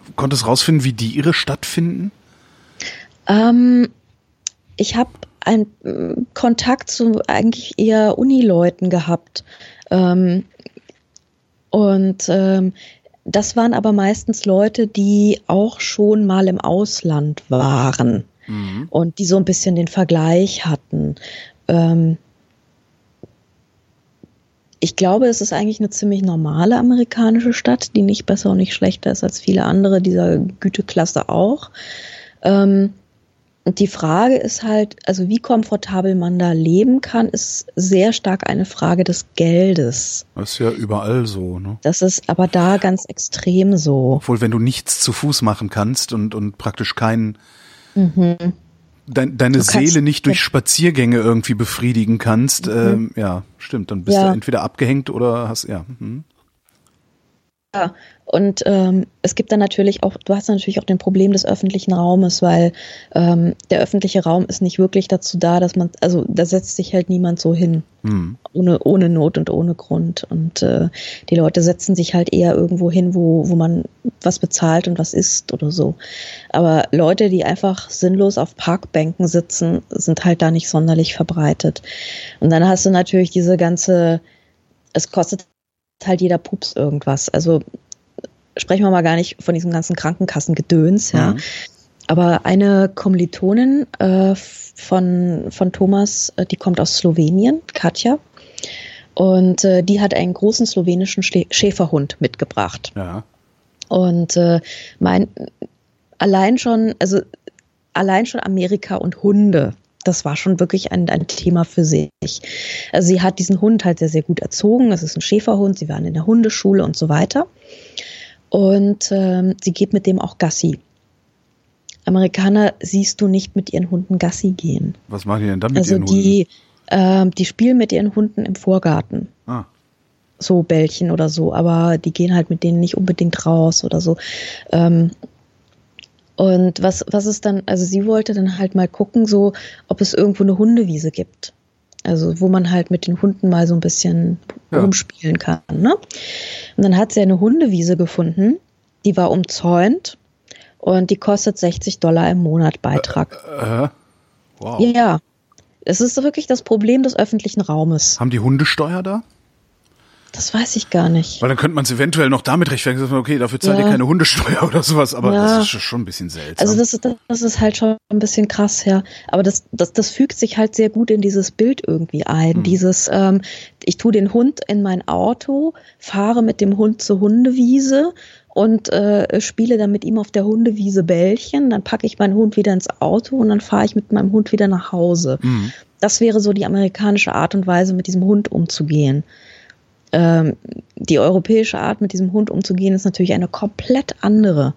[SPEAKER 2] konntest rausfinden, wie die ihre Stadt finden?
[SPEAKER 3] Ähm, ich habe einen äh, Kontakt zu eigentlich eher Unileuten gehabt. Ähm, und ähm, das waren aber meistens Leute, die auch schon mal im Ausland waren mhm. und die so ein bisschen den Vergleich hatten. Ähm, ich glaube, es ist eigentlich eine ziemlich normale amerikanische Stadt, die nicht besser und nicht schlechter ist als viele andere dieser Güteklasse auch. Ähm, und die Frage ist halt, also wie komfortabel man da leben kann, ist sehr stark eine Frage des Geldes.
[SPEAKER 2] Das ist ja überall so, ne?
[SPEAKER 3] Das ist aber da ganz extrem so.
[SPEAKER 2] Obwohl, wenn du nichts zu Fuß machen kannst und, und praktisch keinen, mhm. dein, deine Seele nicht durch Spaziergänge irgendwie befriedigen kannst, mhm. ähm, ja, stimmt, dann bist ja. du entweder abgehängt oder hast, ja. Mhm.
[SPEAKER 3] Ja, und ähm, es gibt dann natürlich auch, du hast natürlich auch den Problem des öffentlichen Raumes, weil ähm, der öffentliche Raum ist nicht wirklich dazu da, dass man, also da setzt sich halt niemand so hin, hm. ohne ohne Not und ohne Grund. Und äh, die Leute setzen sich halt eher irgendwo hin, wo wo man was bezahlt und was isst oder so. Aber Leute, die einfach sinnlos auf Parkbänken sitzen, sind halt da nicht sonderlich verbreitet. Und dann hast du natürlich diese ganze, es kostet halt jeder Pups irgendwas. Also sprechen wir mal gar nicht von diesem ganzen Krankenkassengedöns, ja. Mhm. Aber eine Kommilitonin äh, von, von Thomas, äh, die kommt aus Slowenien, Katja, und äh, die hat einen großen slowenischen Schlä- Schäferhund mitgebracht. Ja. Und äh, mein allein schon, also allein schon Amerika und Hunde, das war schon wirklich ein, ein Thema für sich. Also sie hat diesen Hund halt sehr, sehr gut erzogen. Das ist ein Schäferhund. Sie waren in der Hundeschule und so weiter. Und ähm, sie geht mit dem auch Gassi. Amerikaner siehst du nicht mit ihren Hunden Gassi gehen.
[SPEAKER 2] Was machen die denn dann mit
[SPEAKER 3] also
[SPEAKER 2] ihren
[SPEAKER 3] die, Hunden? Äh, die spielen mit ihren Hunden im Vorgarten.
[SPEAKER 2] Ah.
[SPEAKER 3] So Bällchen oder so. Aber die gehen halt mit denen nicht unbedingt raus oder so. Ähm, Und was, was ist dann, also sie wollte dann halt mal gucken, so, ob es irgendwo eine Hundewiese gibt. Also, wo man halt mit den Hunden mal so ein bisschen ja. rumspielen kann, ne? Und dann hat sie eine Hundewiese gefunden, die war umzäunt und die kostet sechzig Dollar im Monat Beitrag.
[SPEAKER 2] Äh, äh, wow.
[SPEAKER 3] Ja, es ist wirklich das Problem des öffentlichen Raumes.
[SPEAKER 2] Haben die Hundesteuer da?
[SPEAKER 3] Das weiß ich gar nicht.
[SPEAKER 2] Weil dann könnte man es eventuell noch damit rechtfertigen, okay, dafür zahlt ja. ihr keine Hundesteuer oder sowas, aber ja. das ist schon ein bisschen seltsam.
[SPEAKER 3] Also das ist, das ist halt schon ein bisschen krass, ja. Aber das, das, das fügt sich halt sehr gut in dieses Bild irgendwie ein. Hm. Dieses, ähm, ich tue den Hund in mein Auto, fahre mit dem Hund zur Hundewiese und äh, spiele dann mit ihm auf der Hundewiese Bällchen, dann packe ich meinen Hund wieder ins Auto und dann fahre ich mit meinem Hund wieder nach Hause. Hm. Das wäre so die amerikanische Art und Weise, mit diesem Hund umzugehen. Ähm, die europäische Art, mit diesem Hund umzugehen, ist natürlich eine komplett andere.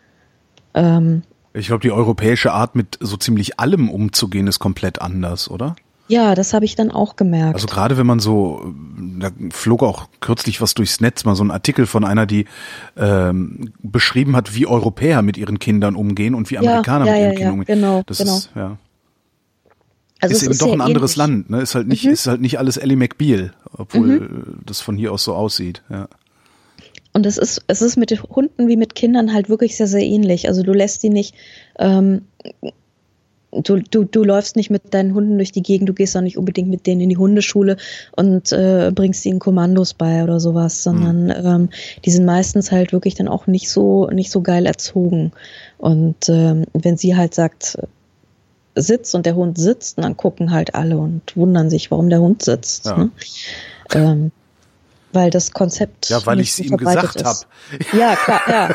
[SPEAKER 3] Ähm,
[SPEAKER 2] ich glaube, die europäische Art, mit so ziemlich allem umzugehen, ist komplett anders, oder?
[SPEAKER 3] Ja, das habe ich dann auch gemerkt.
[SPEAKER 2] Also gerade wenn man so, da flog auch kürzlich was durchs Netz, mal so ein Artikel von einer, die ähm, beschrieben hat, wie Europäer mit ihren Kindern umgehen und wie Amerikaner
[SPEAKER 3] ja, ja,
[SPEAKER 2] mit ihren
[SPEAKER 3] ja,
[SPEAKER 2] Kindern umgehen.
[SPEAKER 3] Genau,
[SPEAKER 2] das
[SPEAKER 3] genau.
[SPEAKER 2] ist, ja.
[SPEAKER 3] Also
[SPEAKER 2] ist eben
[SPEAKER 3] ist
[SPEAKER 2] doch ein anderes
[SPEAKER 3] ähnlich.
[SPEAKER 2] Land, ne? Ist halt nicht, mhm. ist halt nicht alles Ally McBeal, obwohl mhm. das von hier aus so aussieht, ja.
[SPEAKER 3] Und es ist, es ist mit Hunden wie mit Kindern halt wirklich sehr, sehr ähnlich. Also du lässt die nicht, ähm, du, du, du läufst nicht mit deinen Hunden durch die Gegend, du gehst auch nicht unbedingt mit denen in die Hundeschule und äh, bringst ihnen Kommandos bei oder sowas, sondern mhm. ähm, die sind meistens halt wirklich dann auch nicht so, nicht so geil erzogen. Und ähm, wenn sie halt sagt, sitzt und der Hund sitzt, und dann gucken halt alle und wundern sich, warum der Hund sitzt. Ja. Ne? Ähm, weil das Konzept.
[SPEAKER 2] Ja, weil ich es ihm gesagt habe.
[SPEAKER 3] Ja, klar, ja.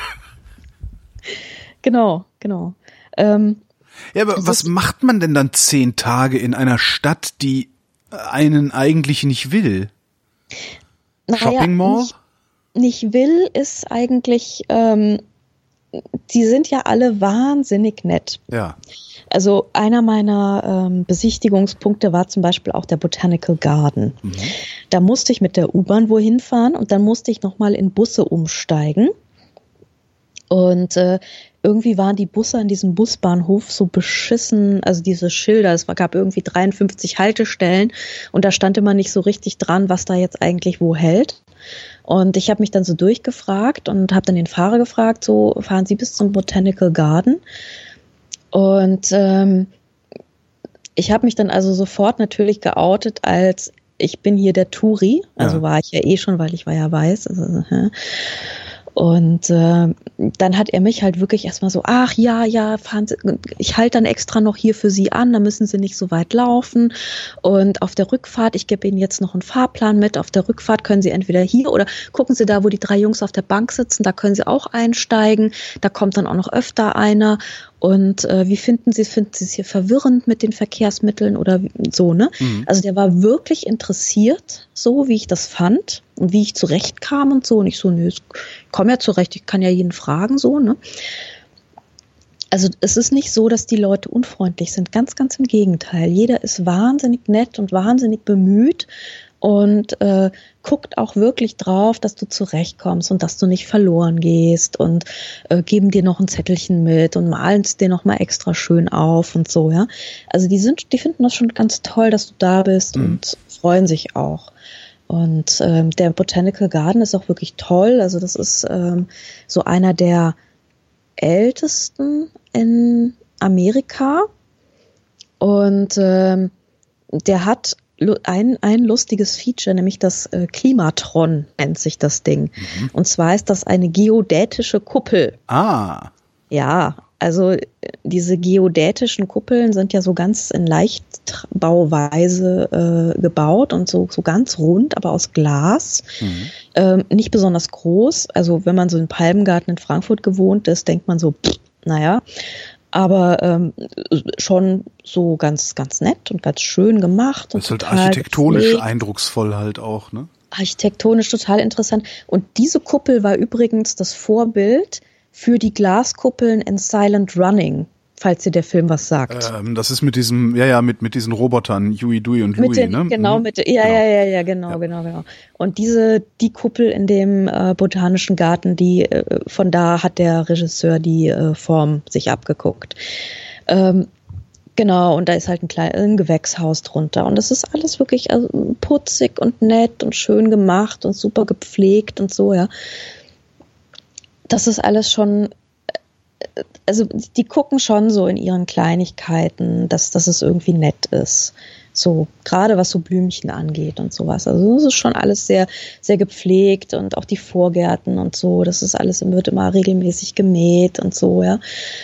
[SPEAKER 3] Genau, genau. Ähm,
[SPEAKER 2] ja, aber was macht man denn dann zehn Tage in einer Stadt, die einen eigentlich nicht will? Shopping Mall?
[SPEAKER 3] Nicht, nicht will ist eigentlich, ähm, die sind ja alle wahnsinnig nett.
[SPEAKER 2] Ja.
[SPEAKER 3] Also einer meiner ähm, Besichtigungspunkte war zum Beispiel auch der Botanical Garden. Mhm. Da musste ich mit der U-Bahn wohin fahren und dann musste ich nochmal in Busse umsteigen. Und äh, irgendwie waren die Busse an diesem Busbahnhof so beschissen, also diese Schilder, es gab irgendwie dreiundfünfzig Haltestellen und da stand immer nicht so richtig dran, was da jetzt eigentlich wo hält. Und ich habe mich dann so durchgefragt und habe dann den Fahrer gefragt, so, fahren Sie bis zum Botanical Garden? Und ähm, ich habe mich dann also sofort natürlich geoutet als, ich bin hier der Touri, also ja. war ich ja eh schon, weil ich war ja weiß. Also, und äh, dann hat er mich halt wirklich erstmal so, ach ja, ja, fahren Sie, ich halte dann extra noch hier für Sie an, da müssen Sie nicht so weit laufen. Und auf der Rückfahrt, ich gebe Ihnen jetzt noch einen Fahrplan mit, auf der Rückfahrt können Sie entweder hier oder gucken Sie da, wo die drei Jungs auf der Bank sitzen, da können Sie auch einsteigen, da kommt dann auch noch öfter einer. Und äh, wie finden Sie es? Finden Sie es hier verwirrend mit den Verkehrsmitteln oder so, ne? Mhm. Also der war wirklich interessiert, so wie ich das fand und wie ich zurechtkam und so. Und ich so, nö, ich komme ja zurecht, ich kann ja jeden fragen, so, ne? Also es ist nicht so, dass die Leute unfreundlich sind, ganz, ganz im Gegenteil. Jeder ist wahnsinnig nett und wahnsinnig bemüht und äh, guckt auch wirklich drauf, dass du zurechtkommst und dass du nicht verloren gehst und äh, geben dir noch ein Zettelchen mit und malen es dir noch mal extra schön auf und so, ja. Also die sind, die finden das schon ganz toll, dass du da bist mhm. und freuen sich auch. Und ähm, der Botanical Garden ist auch wirklich toll. Also das ist ähm, so einer der ältesten in Amerika und ähm, der hat Ein, ein lustiges Feature, nämlich das äh, Klimatron nennt sich das Ding. Mhm. Und zwar ist das eine geodätische Kuppel.
[SPEAKER 2] Ah.
[SPEAKER 3] Ja, also diese geodätischen Kuppeln sind ja so ganz in Leichtbauweise äh, gebaut und so, so ganz rund, aber aus Glas. Mhm. Ähm, nicht besonders groß. Also wenn man so im Palmengarten in Frankfurt gewohnt ist, denkt man so, pff, naja. Aber ähm, schon so ganz, ganz nett und ganz schön gemacht.
[SPEAKER 2] Das ist halt architektonisch gepflegt. Eindrucksvoll halt auch, ne?
[SPEAKER 3] Architektonisch total interessant. Und diese Kuppel war übrigens das Vorbild für die Glaskuppeln in Silent Running, falls dir der Film was sagt.
[SPEAKER 2] Ähm, das ist mit diesem, ja, ja, mit, mit diesen Robotern, Huey, Dewey und Louie,
[SPEAKER 3] den,
[SPEAKER 2] ne?
[SPEAKER 3] Genau, mhm. mit, ja, genau. ja, ja, ja, genau, ja. genau, genau. Und diese, die Kuppel in dem äh, Botanischen Garten, die, äh, von da hat der Regisseur die äh, Form sich abgeguckt. Ähm, genau, und da ist halt ein kleines ein Gewächshaus drunter. Und das ist alles wirklich also, putzig und nett und schön gemacht und super gepflegt und so, ja. Das ist alles schon, also die gucken schon so in ihren Kleinigkeiten, dass, dass es irgendwie nett ist. So, gerade was so Blümchen angeht und sowas. Also das ist schon alles sehr, sehr gepflegt und auch die Vorgärten und so, das ist alles, wird immer regelmäßig gemäht und so, ja.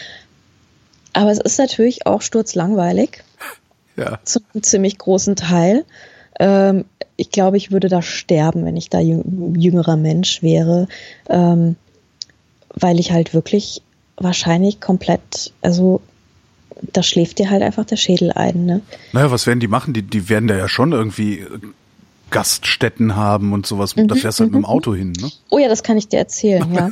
[SPEAKER 3] Aber es ist natürlich auch sturzlangweilig.
[SPEAKER 2] Ja.
[SPEAKER 3] Zu einem ziemlich großen Teil. Ähm, ich glaube, ich würde da sterben, wenn ich da jüngerer Mensch wäre. Ähm, weil ich halt wirklich wahrscheinlich komplett, also da schläft dir halt einfach der Schädel ein, ne?
[SPEAKER 2] Naja, was werden die machen? Die, die werden da ja schon irgendwie Gaststätten haben und sowas. Mhm, da fährst du halt mit dem Auto hin, ne?
[SPEAKER 3] Oh ja, das kann ich dir erzählen, ja.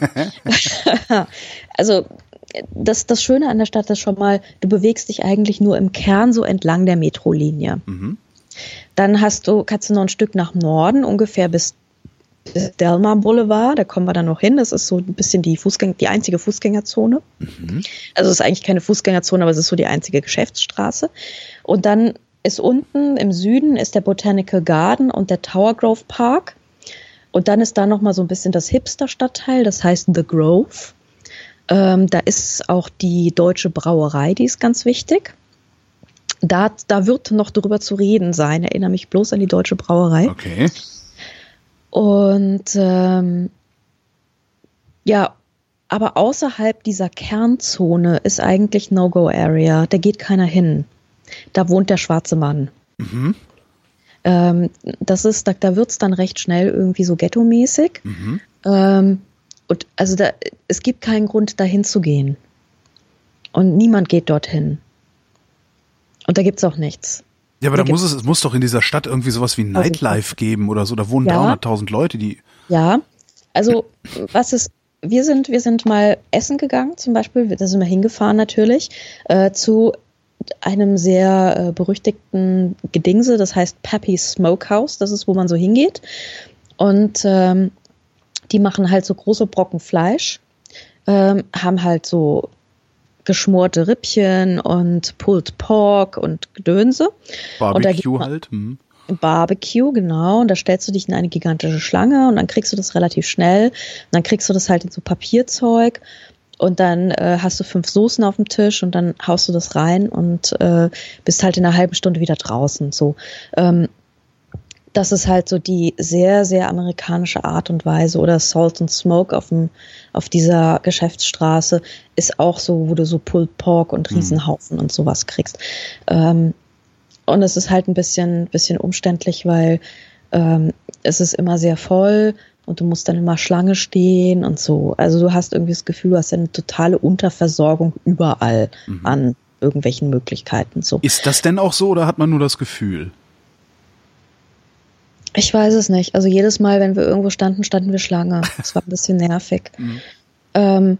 [SPEAKER 3] Also das, das Schöne an der Stadt ist schon mal, du bewegst dich eigentlich nur im Kern so entlang der Metrolinie. Mhm. Dann hast du, kannst du noch ein Stück nach Norden, ungefähr bis Delmar Boulevard, da kommen wir dann noch hin. Das ist so ein bisschen die Fußgänger, die einzige Fußgängerzone. Mhm. Also es ist eigentlich keine Fußgängerzone, aber es ist so die einzige Geschäftsstraße. Und dann ist unten im Süden ist der Botanical Garden und der Tower Grove Park. Und dann ist da nochmal so ein bisschen das Hipster-Stadtteil, das heißt The Grove. Ähm, da ist auch die Deutsche Brauerei, die ist ganz wichtig. Da, da wird noch drüber zu reden sein. Erinnere mich bloß an die Deutsche Brauerei.
[SPEAKER 2] Okay.
[SPEAKER 3] Und ähm, ja, aber außerhalb dieser Kernzone ist eigentlich No-Go-Area. Da geht keiner hin. Da wohnt der schwarze Mann. Mhm. Ähm, das ist, da, da wird es dann recht schnell irgendwie so ghetto-mäßig. Mhm. Ähm, und also da, es gibt keinen Grund, dahin zu gehen. Und niemand geht dorthin. Und da gibt's auch nichts.
[SPEAKER 2] Ja, aber da, da muss es, es muss doch in dieser Stadt irgendwie sowas wie Nightlife geben oder so. Da wohnen ja. dreihunderttausend Leute, die.
[SPEAKER 3] Ja, also was ist, wir sind, wir sind mal essen gegangen, zum Beispiel, da sind wir hingefahren natürlich, äh, zu einem sehr äh, berüchtigten Gedingse, das heißt Pappy's Smokehouse, das ist, wo man so hingeht. Und ähm, die machen halt so große Brocken Fleisch, ähm, haben halt so geschmorte Rippchen und Pulled Pork und Gedönse.
[SPEAKER 2] Barbecue und halt. Hm.
[SPEAKER 3] Barbecue, genau. Und da stellst du dich in eine gigantische Schlange und dann kriegst du das relativ schnell. Und dann kriegst du das halt in so Papierzeug und dann äh, hast du fünf Soßen auf dem Tisch und dann haust du das rein und äh, bist halt in einer halben Stunde wieder draußen. So, ähm, das ist halt so die sehr, sehr amerikanische Art und Weise. Oder Salt and Smoke auf dem, auf dieser Geschäftsstraße ist auch so, wo du so Pulled Pork und Riesenhaufen mhm. und sowas kriegst. Ähm, und es ist halt ein bisschen, bisschen umständlich, weil ähm, es ist immer sehr voll und du musst dann immer Schlange stehen und so. Also du hast irgendwie das Gefühl, du hast eine totale Unterversorgung überall mhm. an irgendwelchen Möglichkeiten. So.
[SPEAKER 2] Ist das denn auch so oder hat man nur das Gefühl?
[SPEAKER 3] Ich weiß es nicht. Also jedes Mal, wenn wir irgendwo standen, standen wir Schlange. Das war ein bisschen nervig. Mhm. Ähm,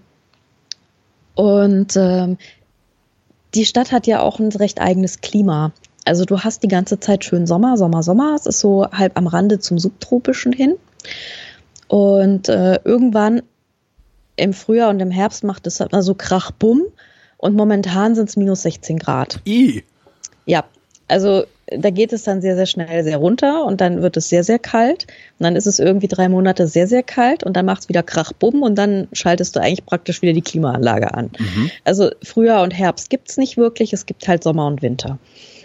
[SPEAKER 3] und ähm, die Stadt hat ja auch ein recht eigenes Klima. Also du hast die ganze Zeit schön Sommer, Sommer, Sommer. Es ist so halb am Rande zum Subtropischen hin. Und äh, irgendwann im Frühjahr und im Herbst macht es halt mal so Krach, Bumm. Und momentan sind es minus sechzehn Grad.
[SPEAKER 2] I.
[SPEAKER 3] Ja, also da geht es dann sehr, sehr schnell sehr runter und dann wird es sehr, sehr kalt. Und dann ist es irgendwie drei Monate sehr, sehr kalt und dann macht es wieder Krach, Bumm und dann schaltest du eigentlich praktisch wieder die Klimaanlage an. Mhm. Also Frühjahr und Herbst gibt es nicht wirklich, es gibt halt Sommer und Winter.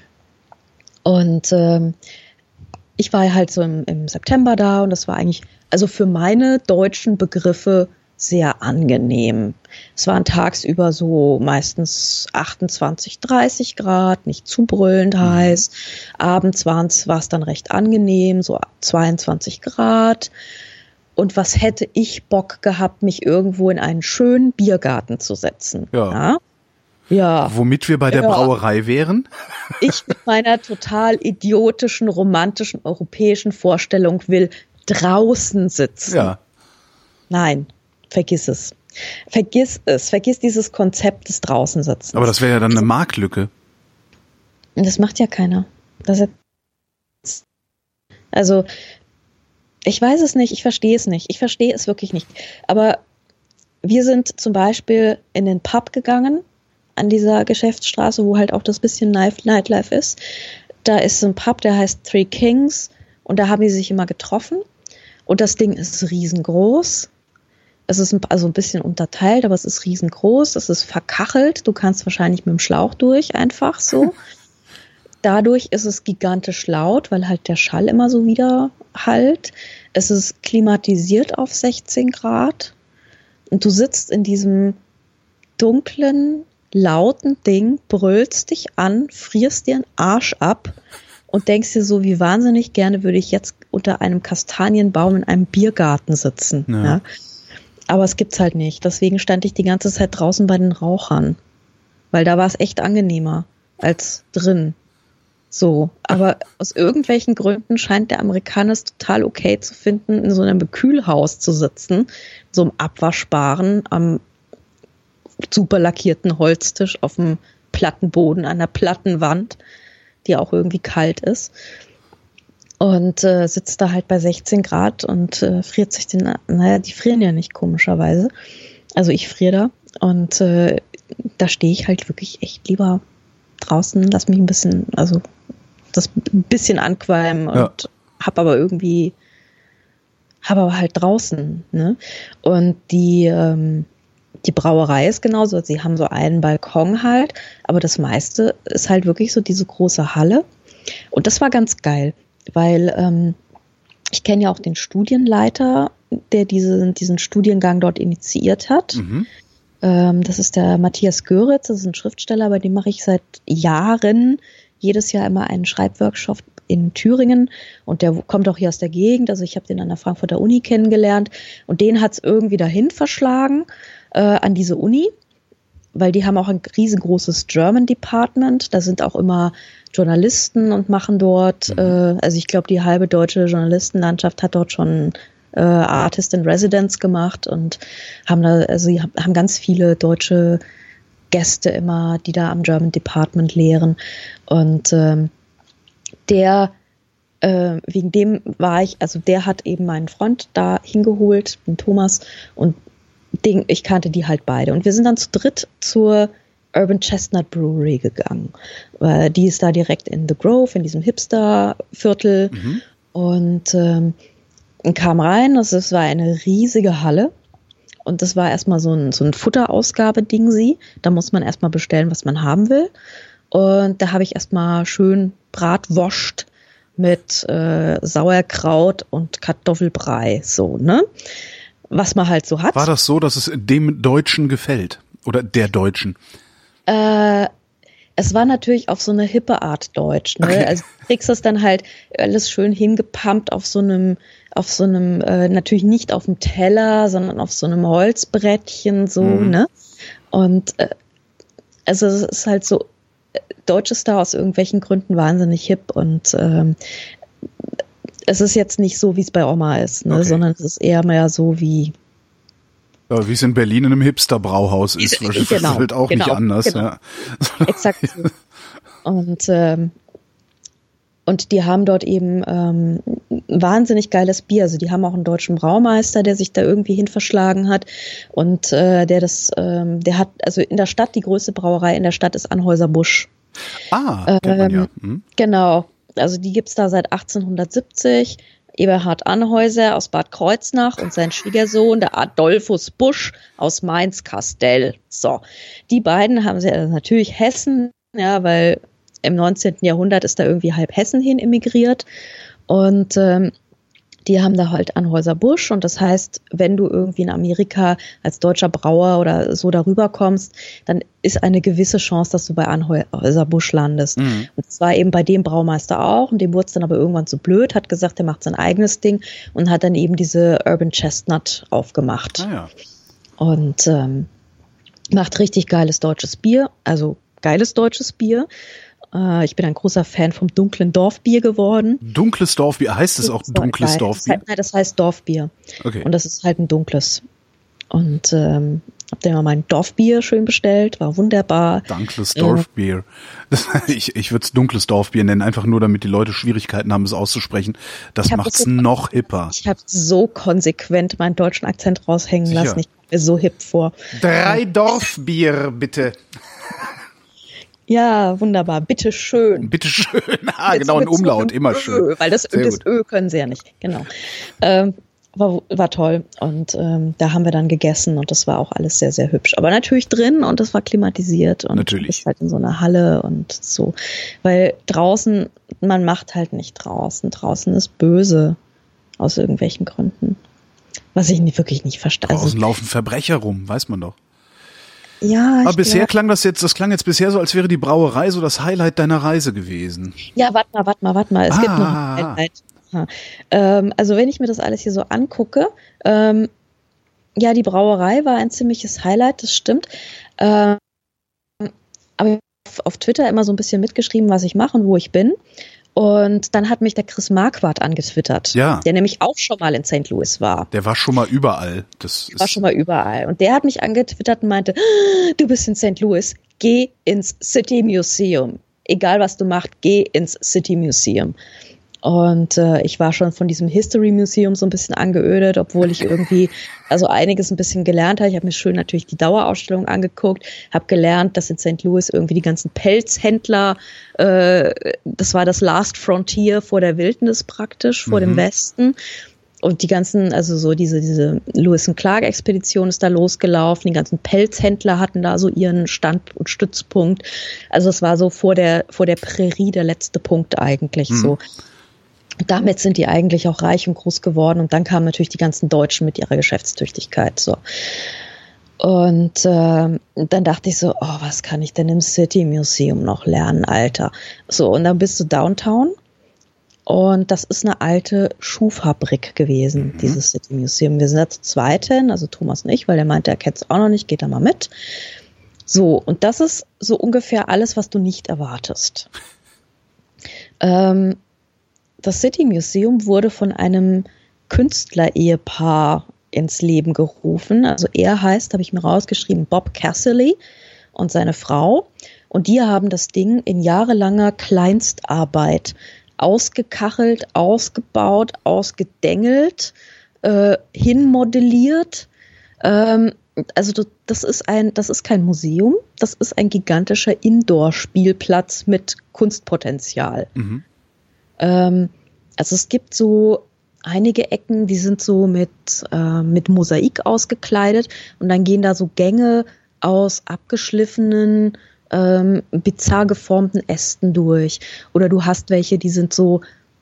[SPEAKER 3] Und ähm, ich war halt so im, im September da und das war eigentlich, also für meine deutschen Begriffe sehr angenehm. Es waren tagsüber so meistens achtundzwanzig, dreißig Grad, nicht zu brüllend heiß. Abends war es dann recht angenehm, so zweiundzwanzig Grad. Und was hätte ich Bock gehabt, mich irgendwo in einen schönen Biergarten zu setzen?
[SPEAKER 2] Ja.
[SPEAKER 3] Ja. Ja.
[SPEAKER 2] Womit wir bei der ja. Brauerei wären?
[SPEAKER 3] Ich mit meiner total idiotischen, romantischen, europäischen Vorstellung will draußen sitzen.
[SPEAKER 2] Ja.
[SPEAKER 3] Nein. Vergiss es. Vergiss es. Vergiss dieses Konzept des Draußensitzens.
[SPEAKER 2] Aber das wäre ja dann eine Marktlücke.
[SPEAKER 3] Das macht ja keiner. Das ist also, ich weiß es nicht, ich verstehe es nicht. Ich verstehe es wirklich nicht. Aber wir sind zum Beispiel in den Pub gegangen, an dieser Geschäftsstraße, wo halt auch das bisschen Nightlife ist. Da ist so ein Pub, der heißt Three Kings und da haben die sich immer getroffen. Und das Ding ist riesengroß. Es ist also ein bisschen unterteilt, aber es ist riesengroß, es ist verkachelt, du kannst wahrscheinlich mit dem Schlauch durch, einfach so. Dadurch ist es gigantisch laut, weil halt der Schall immer so wieder hallt. Es ist klimatisiert auf sechzehn Grad und du sitzt in diesem dunklen, lauten Ding, brüllst dich an, frierst dir den Arsch ab und denkst dir so, wie wahnsinnig gerne würde ich jetzt unter einem Kastanienbaum in einem Biergarten sitzen, ja. ja? Aber es gibt's halt nicht. Deswegen stand ich die ganze Zeit draußen bei den Rauchern. Weil da war es echt angenehmer als drin. So. Aber aus irgendwelchen Gründen scheint der Amerikaner es total okay zu finden, in so einem Kühlhaus zu sitzen. So einem abwaschbaren, am super lackierten Holztisch auf dem platten Boden, an der platten Wand, die auch irgendwie kalt ist. Und äh, sitzt da halt bei sechzehn Grad und äh, friert sich den, naja, die frieren ja nicht komischerweise. Also ich friere da und äh, da stehe ich halt wirklich echt lieber draußen, lass mich ein bisschen, also das ein bisschen anqualmen und ja. hab aber irgendwie, hab aber halt draußen, ne? Und die, ähm, die Brauerei ist genauso, sie haben so einen Balkon halt, aber das meiste ist halt wirklich so diese große Halle und das war ganz geil. Weil ähm, ich kenne ja auch den Studienleiter, der diese, diesen Studiengang dort initiiert hat. Mhm. Ähm, das ist der Matthias Göritz, das ist ein Schriftsteller, bei dem mache ich seit Jahren jedes Jahr immer einen Schreibworkshop in Thüringen. Und der kommt auch hier aus der Gegend, also ich habe den an der Frankfurter Uni kennengelernt. Und den hat es irgendwie dahin verschlagen, äh, an diese Uni. Weil die haben auch ein riesengroßes German Department. Da sind auch immer Journalisten und machen dort, mhm. äh, also ich glaube, die halbe deutsche Journalistenlandschaft hat dort schon äh, Artist in Residence gemacht und haben da, also die haben ganz viele deutsche Gäste immer, die da am German Department lehren. Und ähm, der, äh, wegen dem war ich, also der hat eben meinen Freund da hingeholt, den Thomas, und Den, ich kannte die halt beide. Und wir sind dann zu dritt zur Urban Chestnut Brewery gegangen. Äh, die ist da direkt in The Grove, in diesem Hipster-Viertel. Mhm. Und ähm, kam rein, das, das war eine riesige Halle. Und das war erstmal so ein, so ein Futterausgabe-Ding sie. Da muss man erstmal bestellen, was man haben will. Und da habe ich erstmal schön Bratwurst mit äh, Sauerkraut und Kartoffelbrei, so, ne? Was man halt so hat.
[SPEAKER 2] War das so, dass es dem Deutschen gefällt? Oder der Deutschen?
[SPEAKER 3] Äh, es war natürlich auf so eine hippe Art Deutsch, ne? Okay. Also du kriegst das dann halt alles schön hingepumpt auf so einem, auf so einem, äh, natürlich nicht auf dem Teller, sondern auf so einem Holzbrettchen, so, mhm. ne? Und äh, also es ist halt so, Deutsch ist da aus irgendwelchen Gründen wahnsinnig hip und ähm, es ist jetzt nicht so, wie es bei Oma ist, ne? Okay. Sondern es ist eher mehr so wie
[SPEAKER 2] ja, wie es in Berlin in einem Hipster-Brauhaus ist. Das ist genau, halt auch genau, nicht anders. Genau. Ja.
[SPEAKER 3] Exakt so. Und, ähm, und die haben dort eben ähm, wahnsinnig geiles Bier. Also die haben auch einen deutschen Braumeister, der sich da irgendwie hin verschlagen hat. Und äh, der das, ähm, der hat, also in der Stadt, die größte Brauerei in der Stadt ist Anheuser-Busch.
[SPEAKER 2] Ah, kennt man ja. Hm.
[SPEAKER 3] Genau. Also die gibt's da seit achtzehnhundertsiebzig. Eberhard Anhäuser aus Bad Kreuznach und sein Schwiegersohn, der Adolphus Busch aus Mainz-Kastell. So, die beiden haben sie also natürlich Hessen, ja, weil im neunzehnten Jahrhundert ist da irgendwie halb Hessen hin emigriert und ähm, die haben da halt Anheuser-Busch und das heißt, wenn du irgendwie in Amerika als deutscher Brauer oder so darüber kommst, dann ist eine gewisse Chance, dass du bei Anheuser-Busch landest. Mhm. Und das war eben bei dem Braumeister auch und dem wurde es dann aber irgendwann zu blöd, hat gesagt, er macht sein eigenes Ding und hat dann eben diese Urban Chestnut aufgemacht.
[SPEAKER 2] Ah, ja.
[SPEAKER 3] Und ähm, macht richtig geiles deutsches Bier, also geiles deutsches Bier. Ich bin ein großer Fan vom dunklen Dorfbier geworden.
[SPEAKER 2] Dunkles Dorfbier, heißt es auch dunkles
[SPEAKER 3] nein,
[SPEAKER 2] Dorfbier?
[SPEAKER 3] Das heißt, nein, das heißt Dorfbier.
[SPEAKER 2] Okay.
[SPEAKER 3] Und das ist halt ein dunkles. Und ähm, hab dann mal mein Dorfbier schön bestellt, war wunderbar.
[SPEAKER 2] Dunkles Dorfbier. Das, ich ich würde es dunkles Dorfbier nennen, einfach nur damit die Leute Schwierigkeiten haben, es auszusprechen. Das macht's so, noch hipper.
[SPEAKER 3] Ich habe so konsequent meinen deutschen Akzent raushängen Sicher. lassen. Ich komme mir so hip vor.
[SPEAKER 2] Drei Dorfbier, bitte.
[SPEAKER 3] Ja, wunderbar. Bitte schön.
[SPEAKER 2] Bitte schön. Ah, jetzt genau, ein Umlaut, immer schön.
[SPEAKER 3] Ö, weil das, Ö, das Ö können sie ja nicht. Genau. Ähm, war, war toll. Und ähm, da haben wir dann gegessen und das war auch alles sehr, sehr hübsch. Aber natürlich drin und das war klimatisiert und
[SPEAKER 2] natürlich.
[SPEAKER 3] ist halt in so einer Halle und so. Weil draußen, man macht halt nicht draußen. Draußen ist böse. Aus irgendwelchen Gründen. Was ich nicht, wirklich nicht verstehe.
[SPEAKER 2] Draußen also, laufen Verbrecher rum, weiß man doch.
[SPEAKER 3] Ja,
[SPEAKER 2] aber bisher glaub, klang das jetzt, das klang jetzt bisher so, als wäre die Brauerei so das Highlight deiner Reise gewesen.
[SPEAKER 3] Ja, warte mal, warte mal, warte mal. Es ah, gibt noch ein Highlight. Ähm, also wenn ich mir das alles hier so angucke, ähm, ja, die Brauerei war ein ziemliches Highlight, das stimmt. Ähm, aber ich habe auf Twitter immer so ein bisschen mitgeschrieben, was ich mache und wo ich bin. Und dann hat mich der Chris Marquardt angetwittert,
[SPEAKER 2] ja.
[SPEAKER 3] der nämlich auch schon mal in Sankt Louis war.
[SPEAKER 2] Der war schon mal überall. Das
[SPEAKER 3] war schon mal überall. Und der hat mich angetwittert und meinte, du bist in Sankt Louis, geh ins City Museum. Egal was du machst, geh ins City Museum. Und äh, ich war schon von diesem History Museum so ein bisschen angeödet, obwohl ich irgendwie also einiges ein bisschen gelernt habe. Ich habe mir schön natürlich die Dauerausstellung angeguckt, habe gelernt, dass in Sankt Louis irgendwie die ganzen Pelzhändler, äh, das war das Last Frontier vor der Wildnis praktisch, vor mhm. dem Westen. Und die ganzen, also so diese, diese Lewis and Clark Expedition ist da losgelaufen. Die ganzen Pelzhändler hatten da so ihren Stand- und Stützpunkt. Also es war so vor der, vor der Prärie der letzte Punkt eigentlich mhm. so. Damit sind die eigentlich auch reich und groß geworden und dann kamen natürlich die ganzen Deutschen mit ihrer Geschäftstüchtigkeit so. Und äh, dann dachte ich so, oh, was kann ich denn im City Museum noch lernen, Alter? So, und dann bist du Downtown und das ist eine alte Schuhfabrik gewesen, mhm. dieses City Museum. Wir sind da zu zweiten, also Thomas und ich, weil der meinte, er kennt es auch noch nicht, geht da mal mit. So, und das ist so ungefähr alles, was du nicht erwartest. Ähm, Das City Museum wurde von einem Künstler-Ehepaar ins Leben gerufen. Also er heißt, habe ich mir rausgeschrieben, Bob Casserly und seine Frau. Und die haben das Ding in jahrelanger Kleinstarbeit ausgekachelt, ausgebaut, ausgedengelt, äh, hinmodelliert. Ähm, also das ist ein, das ist kein Museum, das ist ein gigantischer Indoor-Spielplatz mit Kunstpotenzial. Mhm. Ähm, also es gibt so einige Ecken, die sind so mit, äh, mit Mosaik ausgekleidet und dann gehen da so Gänge aus abgeschliffenen, ähm, bizarr geformten Ästen durch. Oder du hast welche, die sind so,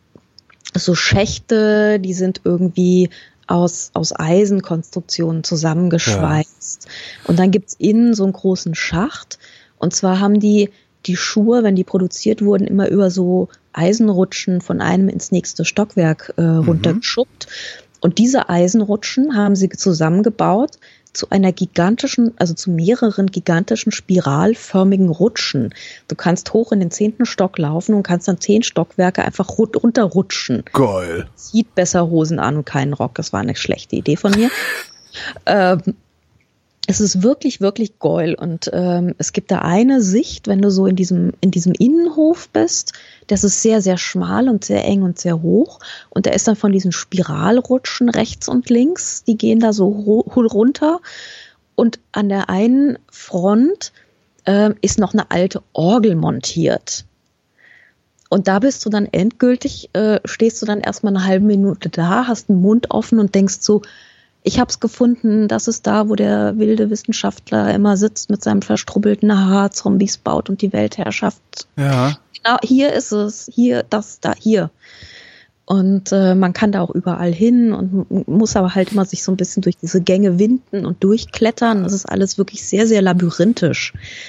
[SPEAKER 3] so Schächte, die sind irgendwie aus, aus Eisenkonstruktionen zusammengeschweißt. Ja. Und dann gibt's innen so einen großen Schacht. Und zwar haben die die Schuhe, wenn die produziert wurden, immer über so Eisenrutschen von einem ins nächste Stockwerk äh, runtergeschubbt. Mhm. Und diese Eisenrutschen haben sie zusammengebaut zu einer gigantischen, also zu mehreren gigantischen spiralförmigen Rutschen. Du kannst hoch in den zehnten Stock laufen und kannst dann zehn Stockwerke einfach runterrutschen.
[SPEAKER 2] Geil.
[SPEAKER 3] Zieht besser Hosen an und keinen Rock. Das war eine schlechte Idee von mir. ähm, Es ist wirklich, wirklich geil. Und ähm, es gibt da eine Sicht, wenn du so in diesem, in diesem Innenhof bist, das ist sehr, sehr schmal und sehr eng und sehr hoch. Und der ist dann von diesen Spiralrutschen rechts und links, die gehen da so ru- runter. Und an der einen Front äh, ist noch eine alte Orgel montiert. Und da bist du dann endgültig, äh, stehst du dann erstmal eine halbe Minute da, hast den Mund offen und denkst so, ich habe es gefunden, das ist da, wo der wilde Wissenschaftler immer sitzt mit seinem verstrubbelten Haar, Zombies baut und die Weltherrschaft.
[SPEAKER 2] Ja.
[SPEAKER 3] Genau, hier ist es, hier, das, da, hier. Und äh, man kann da auch überall hin und muss aber halt immer sich so ein bisschen durch diese Gänge winden und durchklettern. Das ist alles wirklich sehr, sehr labyrinthisch.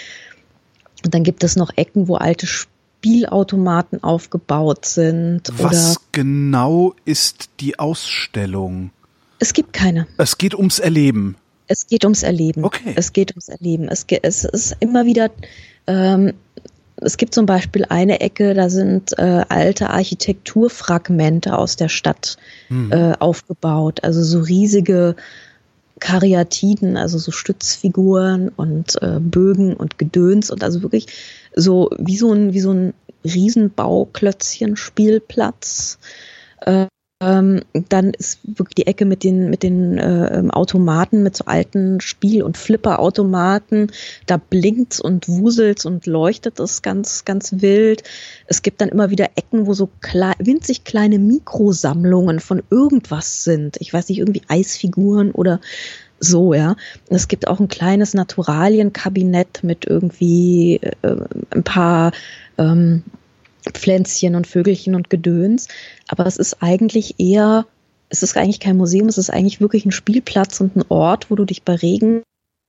[SPEAKER 3] Und dann gibt es noch Ecken, wo alte Spielautomaten aufgebaut sind.
[SPEAKER 2] Was
[SPEAKER 3] oder
[SPEAKER 2] genau ist die Ausstellung?
[SPEAKER 3] Es gibt keine.
[SPEAKER 2] Es geht ums Erleben.
[SPEAKER 3] Es geht ums Erleben.
[SPEAKER 2] Okay.
[SPEAKER 3] Es geht ums Erleben. Es, ge- es ist immer wieder, ähm, es gibt zum Beispiel eine Ecke, da sind äh, alte Architekturfragmente aus der Stadt hm. äh, aufgebaut. Also so riesige Karyatiden, also so Stützfiguren und äh, Bögen und Gedöns und also wirklich so wie so ein, wie so ein Riesenbauklötzchen-Spielplatz. Äh, Ähm, dann ist wirklich die Ecke mit den mit den äh, Automaten, mit so alten Spiel- und Flipperautomaten. Da blinkt's und wuselt's und leuchtet es ganz ganz wild. Es gibt dann immer wieder Ecken, wo so klei- winzig kleine Mikrosammlungen von irgendwas sind. Ich weiß nicht, irgendwie Eisfiguren oder so, ja. Es gibt auch ein kleines Naturalienkabinett mit irgendwie äh, ein paar ähm, Pflänzchen und Vögelchen und Gedöns, aber es ist eigentlich eher, es ist eigentlich kein Museum, es ist eigentlich wirklich ein Spielplatz und ein Ort, wo du dich bei Regen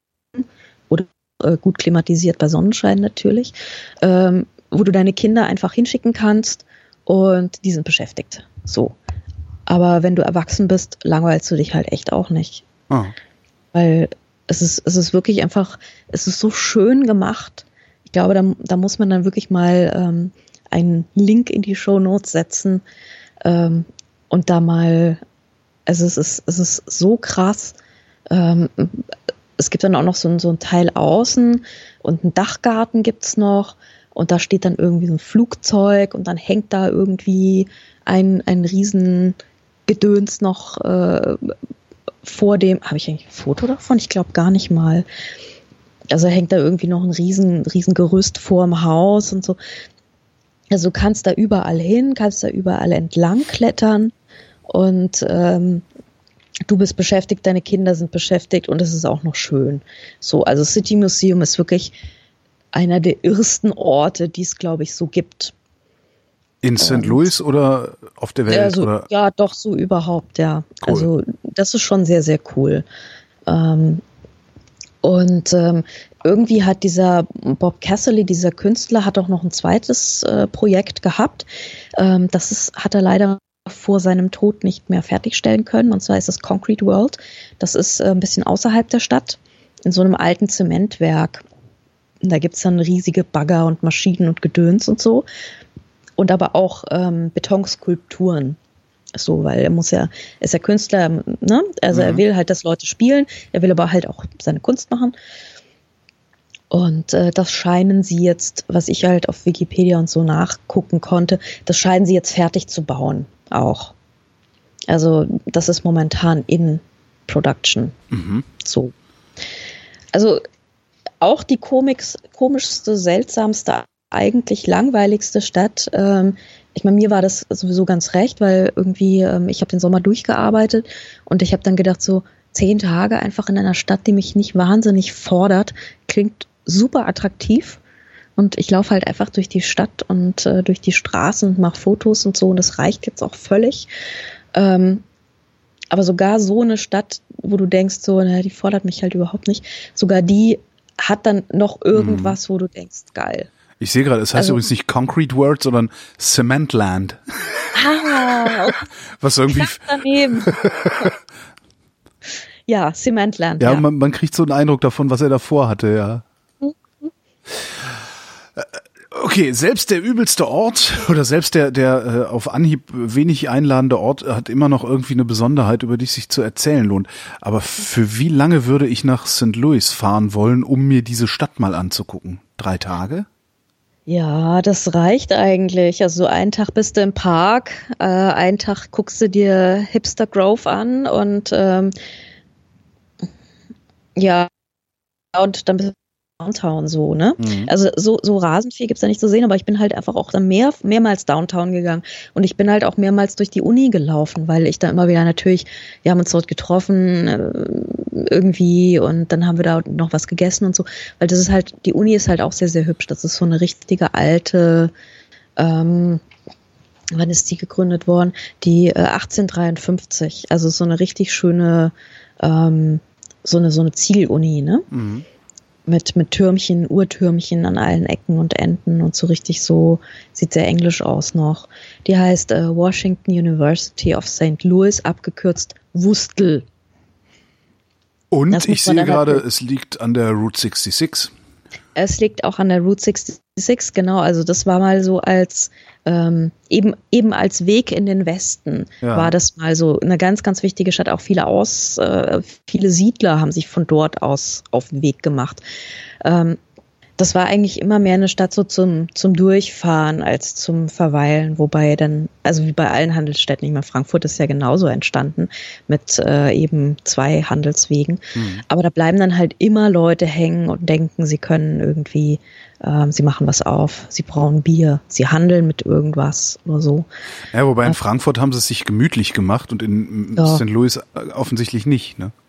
[SPEAKER 3] oder äh, gut klimatisiert bei Sonnenschein natürlich, ähm, wo du deine Kinder einfach hinschicken kannst und die sind beschäftigt. So. Aber wenn du erwachsen bist, langweilst du dich halt echt auch nicht. Oh. Weil es ist, es ist wirklich einfach, es ist so schön gemacht. Ich glaube, da, da muss man dann wirklich mal ähm, einen Link in die Shownotes setzen ähm, und da mal, also es ist, es ist so krass. Ähm, es gibt dann auch noch so ein, so ein Teil außen und einen Dachgarten gibt's noch und da steht dann irgendwie so ein Flugzeug und dann hängt da irgendwie ein, ein riesen Gedöns noch äh, vor dem, habe ich eigentlich ein Foto davon? Ich glaube gar nicht mal. Also hängt da irgendwie noch ein riesen, riesen Gerüst vorm Haus und so. Also du kannst da überall hin, kannst da überall entlang klettern und ähm, du bist beschäftigt, deine Kinder sind beschäftigt und es ist auch noch schön. So, also City Museum ist wirklich einer der irrsten Orte, die es, glaube ich, so gibt.
[SPEAKER 2] In Sankt Louis oder auf der Welt?
[SPEAKER 3] Also,
[SPEAKER 2] oder?
[SPEAKER 3] Ja, doch so überhaupt, ja.
[SPEAKER 2] Cool.
[SPEAKER 3] Also das ist schon sehr, sehr cool. Ähm, Und ähm, irgendwie hat dieser Bob Casserly, dieser Künstler, hat auch noch ein zweites äh, Projekt gehabt. Ähm, das ist, hat er leider vor seinem Tod nicht mehr fertigstellen können. Und zwar ist das Concrete World. Das ist äh, ein bisschen außerhalb der Stadt, in so einem alten Zementwerk. Und da gibt's dann riesige Bagger und Maschinen und Gedöns und so. Und aber auch ähm, Betonskulpturen. So, weil er muss ja, er ist ja Künstler, ne? Also mhm. er will halt, dass Leute spielen, er will aber halt auch seine Kunst machen. Und äh, das scheinen sie jetzt, was ich halt auf Wikipedia und so nachgucken konnte, das scheinen sie jetzt fertig zu bauen auch. Also das ist momentan in Production. Mhm. So. Also auch die Komiks, komischste, seltsamste, eigentlich langweiligste Stadt. Ähm, ich meine, mir war das sowieso ganz recht, weil irgendwie ähm, ich habe den Sommer durchgearbeitet und ich habe dann gedacht, so zehn Tage einfach in einer Stadt, die mich nicht wahnsinnig fordert, klingt super attraktiv. Und ich laufe halt einfach durch die Stadt und äh, durch die Straßen und mache Fotos und so und das reicht jetzt auch völlig. Ähm, aber sogar so eine Stadt, wo du denkst, so, naja, die fordert mich halt überhaupt nicht, sogar die hat dann noch irgendwas, wo du denkst, geil.
[SPEAKER 2] Ich sehe gerade, es heißt also, übrigens nicht Concrete World, sondern Cementland.
[SPEAKER 3] Ah, okay.
[SPEAKER 2] Was irgendwie.
[SPEAKER 3] Daneben. Ja, Cementland.
[SPEAKER 2] Ja,
[SPEAKER 3] ja.
[SPEAKER 2] Man, man kriegt so einen Eindruck davon, was er davor hatte, ja. Mhm. Okay, selbst der übelste Ort oder selbst der der äh, auf Anhieb wenig einladende Ort hat immer noch irgendwie eine Besonderheit, über die es sich zu erzählen lohnt. Aber für wie lange würde ich nach Sankt Louis fahren wollen, um mir diese Stadt mal anzugucken? Drei Tage?
[SPEAKER 3] Ja, das reicht eigentlich. Also so einen Tag bist du im Park, äh, einen Tag guckst du dir Hipster Grove an und ähm, ja, und dann bist du Downtown so, ne? Mhm. Also so, so rasend viel gibt's da nicht zu sehen, aber ich bin halt einfach auch dann mehr, mehrmals Downtown gegangen und ich bin halt auch mehrmals durch die Uni gelaufen, weil ich da immer wieder natürlich, wir haben uns dort getroffen äh, irgendwie und dann haben wir da noch was gegessen und so, weil das ist halt, die Uni ist halt auch sehr, sehr hübsch. Das ist so eine richtige alte, ähm, wann ist die gegründet worden? Die äh, achtzehnhundertdreiundfünfzig, also so eine richtig schöne, ähm, so eine, so eine Zieluni, ne? Mhm. Mit, mit Türmchen, Uhrtürmchen an allen Ecken und Enden und so richtig so, sieht sehr englisch aus noch. Die heißt äh, Washington University of Saint Louis, abgekürzt W U S T L.
[SPEAKER 2] Und ich sehe gerade, es liegt an der Route sechsundsechzig.
[SPEAKER 3] Es liegt auch an der Route sechsundsechzig, genau. Also das war mal so als ähm, eben eben als Weg in den Westen ja. war das mal so eine ganz ganz wichtige Stadt. Auch viele aus äh, viele Siedler haben sich von dort aus auf den Weg gemacht. Ähm, das war eigentlich immer mehr eine Stadt so zum zum Durchfahren als zum Verweilen, wobei dann, also wie bei allen Handelsstädten, nicht mehr Frankfurt ist ja genauso entstanden mit äh, eben zwei Handelswegen. Mhm. Aber da bleiben dann halt immer Leute hängen und denken, sie können irgendwie, äh, sie machen was auf, sie brauen Bier, sie handeln mit irgendwas oder so.
[SPEAKER 2] Ja, wobei in äh, Frankfurt haben sie es sich gemütlich gemacht und in ja. Sankt Louis offensichtlich nicht, ne?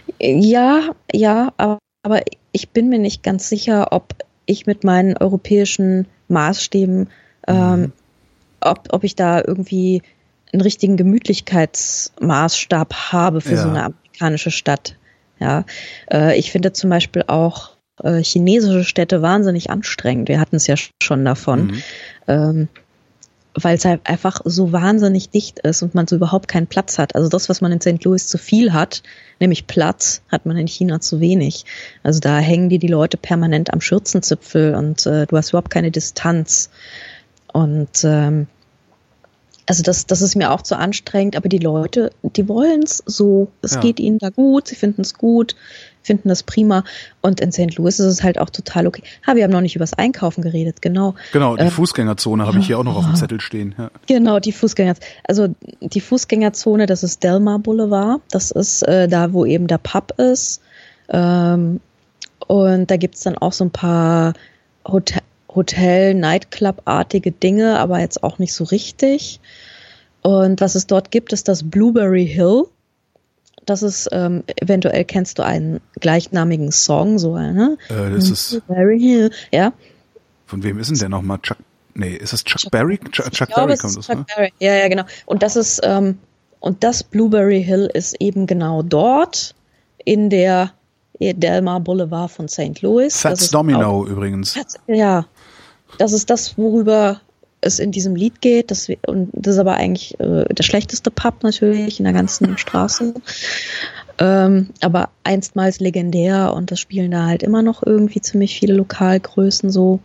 [SPEAKER 3] Ja, ja, aber, aber ich bin mir nicht ganz sicher, ob ich mit meinen europäischen Maßstäben, ähm, mhm. ob, ob ich da irgendwie einen richtigen Gemütlichkeitsmaßstab habe für ja. so eine amerikanische Stadt. Ja, äh, ich finde zum Beispiel auch äh, chinesische Städte wahnsinnig anstrengend. Wir hatten es ja schon davon. Mhm. Ähm, weil es halt einfach so wahnsinnig dicht ist und man so überhaupt keinen Platz hat. Also das, was man in Sankt Louis zu viel hat, nämlich Platz, hat man in China zu wenig. Also da hängen dir die Leute permanent am Schürzenzipfel und äh, du hast überhaupt keine Distanz. Und ähm, also das, das ist mir auch zu anstrengend, aber die Leute, die wollen es so. Es ja. geht ihnen da gut, sie finden es gut, finden das prima. Und in Sankt Louis ist es halt auch total okay. Ha, wir haben noch nicht über das Einkaufen geredet, genau.
[SPEAKER 2] Genau, die
[SPEAKER 3] äh,
[SPEAKER 2] Fußgängerzone ja, habe ich hier auch noch auf dem Zettel stehen. Ja.
[SPEAKER 3] Genau, die Fußgängerzone. Also die Fußgängerzone, das ist Delmar Boulevard. Das ist äh, da, wo eben der Pub ist. Ähm, und da gibt's dann auch so ein paar Hotel Hotel, Nightclub-artige Dinge, aber jetzt auch nicht so richtig. Und was es dort gibt, ist das Blueberry Hill. Das ist, ähm, eventuell kennst du einen gleichnamigen Song, so, ne?
[SPEAKER 2] Äh, das ist
[SPEAKER 3] Blueberry Hill, ja.
[SPEAKER 2] Von wem ist denn der nochmal? Chuck, nee, ist das Chuck, Chuck Berry? Chuck, Chuck
[SPEAKER 3] glaube,
[SPEAKER 2] Berry kommt das,
[SPEAKER 3] Chuck
[SPEAKER 2] ne?
[SPEAKER 3] Berry. Ja, ja, genau. Und das ist, ähm, und das Blueberry Hill ist eben genau dort in der Delmar Boulevard von Sankt Louis.
[SPEAKER 2] Fats Domino auch, übrigens.
[SPEAKER 3] Ja. Das ist das, worüber es in diesem Lied geht. Das, und das ist aber eigentlich äh, der schlechteste Pub natürlich in der ganzen Straße. Ähm, aber einstmals legendär und das spielen da halt immer noch irgendwie ziemlich viele Lokalgrößen so.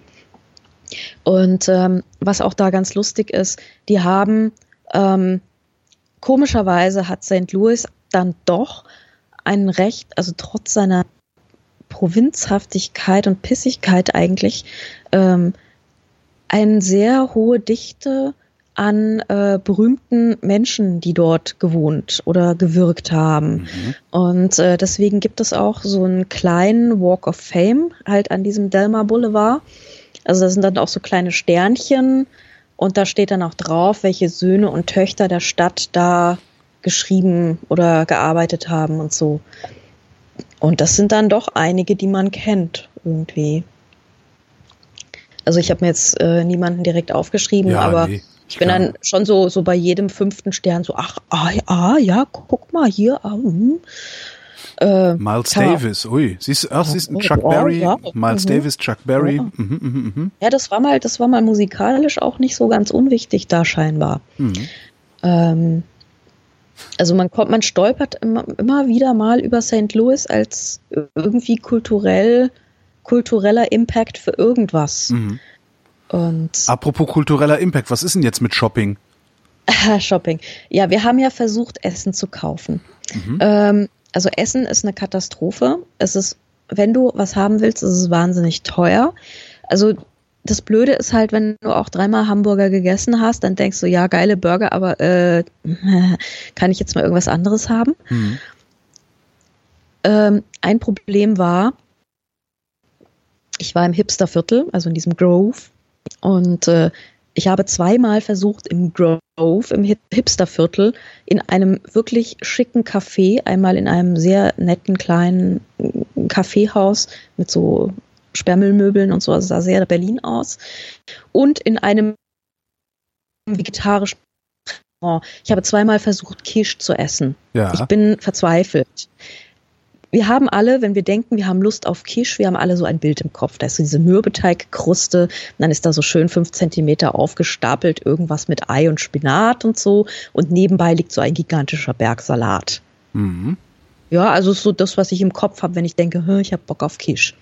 [SPEAKER 3] Und ähm, was auch da ganz lustig ist, die haben ähm, komischerweise hat Sankt Louis dann doch ein Recht, also trotz seiner Provinzhaftigkeit und Pissigkeit eigentlich, ähm, eine sehr hohe Dichte an äh, berühmten Menschen, die dort gewohnt oder gewirkt haben. Mhm. Und äh, deswegen gibt es auch so einen kleinen Walk of Fame halt an diesem Delmar Boulevard. Also das sind dann auch so kleine Sternchen und da steht dann auch drauf, welche Söhne und Töchter der Stadt da geschrieben oder gearbeitet haben und so. Und das sind dann doch einige, die man kennt irgendwie. Also ich habe mir jetzt äh, niemanden direkt aufgeschrieben, ja, aber nee, ich bin klar. dann schon so, so bei jedem fünften Stern so, ach, ah, ah ja, guck mal hier. Ah, hm. Äh,
[SPEAKER 2] Miles Davis, ui, siehst du, ach, siehst du, Chuck oh, Berry, ja. Miles mhm. Davis, Chuck Berry. Ja. Mhm, mhm, mhm.
[SPEAKER 3] ja, das war mal, das war mal musikalisch auch nicht so ganz unwichtig da scheinbar. Mhm. Ähm, also man kommt, man stolpert immer, immer wieder mal über Sankt Louis als irgendwie kulturell, kultureller Impact für irgendwas. Mhm. Und
[SPEAKER 2] apropos kultureller Impact, was ist denn jetzt mit Shopping?
[SPEAKER 3] Shopping. Ja, wir haben ja versucht, Essen zu kaufen. Mhm. Ähm, Also Essen ist eine Katastrophe. Es ist, wenn du was haben willst, ist es wahnsinnig teuer. Also das Blöde ist halt, wenn du auch dreimal Hamburger gegessen hast, dann denkst du, ja, geile Burger, aber äh, kann ich jetzt mal irgendwas anderes haben? Mhm. Ähm, ein Problem war, ich war im Hipsterviertel, also in diesem Grove, und äh, ich habe zweimal versucht, im Grove, im Hipsterviertel, in einem wirklich schicken Café, einmal in einem sehr netten kleinen Kaffeehaus mit so Sperrmüllmöbeln und so, also sah sehr Berlin aus, und in einem vegetarischen Restaurant. Ich habe zweimal versucht, Quiche zu essen. Ja. Ich bin verzweifelt. Wir haben alle, wenn wir denken, wir haben Lust auf Quiche, wir haben alle so ein Bild im Kopf. Da ist so diese Mürbeteigkruste, und dann ist da so schön fünf Zentimeter aufgestapelt, irgendwas mit Ei und Spinat und so. Und nebenbei liegt so ein gigantischer Bergsalat. Mhm. Ja, also so das, was ich im Kopf habe, wenn ich denke, ich habe Bock auf Quiche.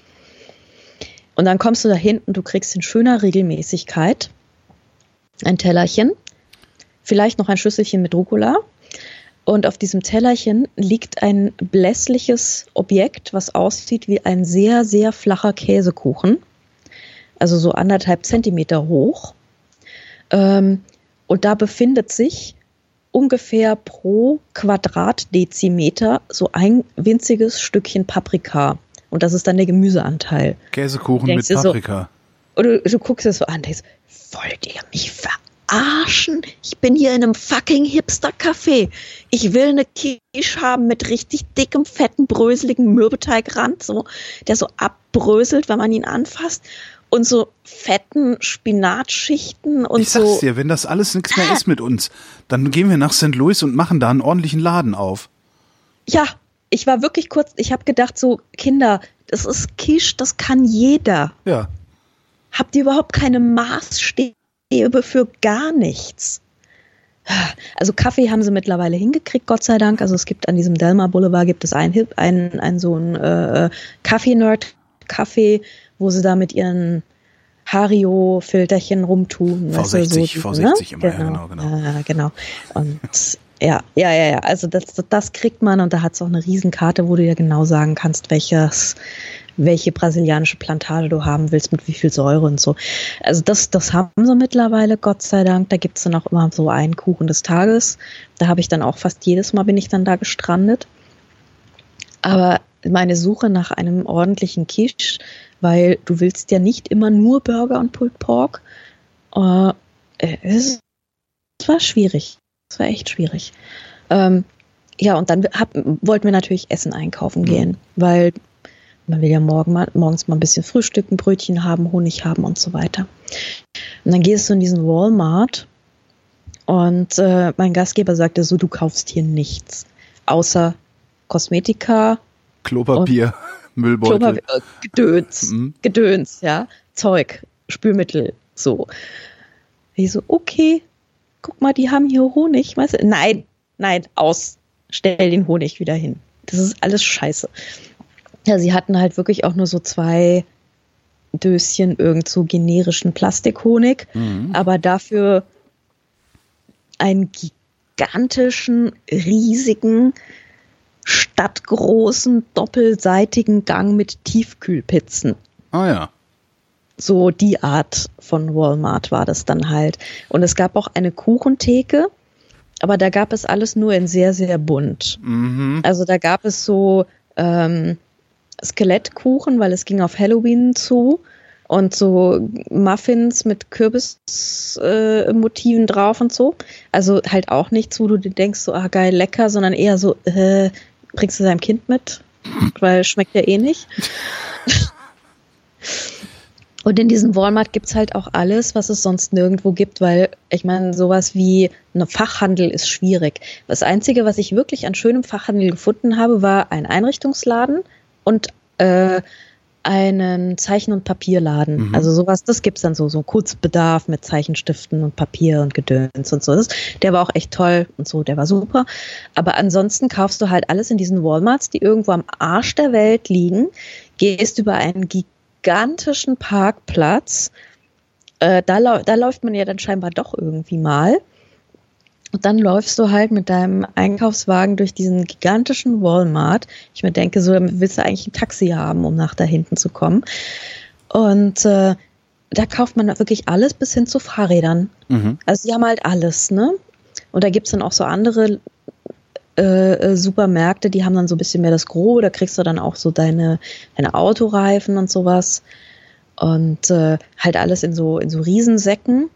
[SPEAKER 3] Und dann kommst du da hinten, du kriegst in schöner Regelmäßigkeit ein Tellerchen, vielleicht noch ein Schüsselchen mit Rucola. Und auf diesem Tellerchen liegt ein blässliches Objekt, was aussieht wie ein sehr, sehr flacher Käsekuchen. Also so anderthalb Zentimeter hoch. Ähm, und da befindet sich ungefähr pro Quadratdezimeter so ein winziges Stückchen Paprika. Und das ist dann der Gemüseanteil.
[SPEAKER 2] Käsekuchen mit Paprika.
[SPEAKER 3] So, oder du guckst es so an, denkst, wollt ihr mich verarschen? Arschen. Ich bin hier in einem fucking Hipster-Café. Ich will eine Quiche haben mit richtig dickem, fetten, bröseligen Mürbeteigrand, so, der so abbröselt, wenn man ihn anfasst. Und so fetten Spinatschichten und
[SPEAKER 2] ich
[SPEAKER 3] so.
[SPEAKER 2] Ich sag's dir, wenn das alles nichts mehr ist mit uns, dann gehen wir nach Sankt Louis und machen da einen ordentlichen Laden auf.
[SPEAKER 3] Ja, ich war wirklich kurz, ich habe gedacht so, Kinder, das ist Quiche, das kann jeder.
[SPEAKER 2] Ja.
[SPEAKER 3] Habt ihr überhaupt keine Maßstäbe für gar nichts? Also Kaffee haben sie mittlerweile hingekriegt, Gott sei Dank. Also es gibt an diesem Delmar Boulevard gibt es einen, einen, einen so einen äh, Kaffee-Nerd-Café, wo sie da mit ihren Hario-Filterchen rumtun.
[SPEAKER 2] V sechzig,
[SPEAKER 3] weißt du, so,
[SPEAKER 2] V sechzig
[SPEAKER 3] ne?
[SPEAKER 2] immer,
[SPEAKER 3] genau,
[SPEAKER 2] ja, genau, genau.
[SPEAKER 3] Ja, genau. Und ja, ja, ja, ja. Also das, das kriegt man, und da hat es auch eine Riesenkarte, wo du ja genau sagen kannst, welches welche brasilianische Plantage du haben willst, mit wie viel Säure und so. Also das, das haben sie mittlerweile, Gott sei Dank. Da gibt es dann auch immer so einen Kuchen des Tages. Da habe ich dann auch fast jedes Mal bin ich dann da gestrandet. Aber meine Suche nach einem ordentlichen Quiche, weil du willst ja nicht immer nur Burger und Pulled Pork, äh, es war schwierig. Es war echt schwierig. Ähm, ja, und dann hab, wollten wir natürlich Essen einkaufen gehen, mhm. weil man will ja morgen mal, morgens mal ein bisschen frühstücken, Brötchen haben, Honig haben und so weiter. Und dann gehst du in diesen Walmart und äh, mein Gastgeber sagte so, du kaufst hier nichts, außer Kosmetika,
[SPEAKER 2] Klopapier, Müllbeutel.
[SPEAKER 3] Klopapier, äh, Gedöns, mhm. Gedöns, ja, Zeug, Spülmittel, so. Ich so, okay, guck mal, die haben hier Honig, weißt du? Nein, nein, aus, stell den Honig wieder hin. Das ist alles scheiße. Ja, sie hatten halt wirklich auch nur so zwei Döschen irgend so generischen Plastikhonig, mhm. aber dafür einen gigantischen, riesigen, stadtgroßen, doppelseitigen Gang mit Tiefkühlpizzen.
[SPEAKER 2] Ah ja.
[SPEAKER 3] so die Art von Walmart war das dann halt. Und es gab auch eine Kuchentheke, aber da gab es alles nur in sehr, sehr bunt. Mhm. Also da gab es so ähm, Skelettkuchen, weil es ging auf Halloween zu. Und so Muffins mit Kürbismotiven äh, drauf und so. Also halt auch nichts, wo du dir denkst, so, ah geil, lecker, sondern eher so, äh, bringst du deinem Kind mit? Weil schmeckt ja eh nicht. Und in diesem Walmart gibt's halt auch alles, was es sonst nirgendwo gibt, weil ich meine, sowas wie ein Fachhandel ist schwierig. Das Einzige, was ich wirklich an schönem Fachhandel gefunden habe, war ein Einrichtungsladen und äh, einen Zeichen- und Papierladen. Mhm. Also sowas, das gibt's dann so, so Kurzbedarf mit Zeichenstiften und Papier und Gedöns und so. Das, der war auch echt toll und so, der war super. Aber ansonsten kaufst du halt alles in diesen Walmarts, die irgendwo am Arsch der Welt liegen, gehst über einen gigantischen Parkplatz, äh, da, da läuft man ja dann scheinbar doch irgendwie mal. Und dann läufst du halt mit deinem Einkaufswagen durch diesen gigantischen Walmart. Ich mir denke, so willst du eigentlich ein Taxi haben, um nach da hinten zu kommen. Und äh, da kauft man wirklich alles bis hin zu Fahrrädern. Mhm. Also die haben halt alles, ne? Und da gibt's dann auch so andere äh, Supermärkte, die haben dann so ein bisschen mehr das Gros. Da kriegst du dann auch so deine, deine Autoreifen und sowas. Und äh, halt alles in so, in so Riesensäcken.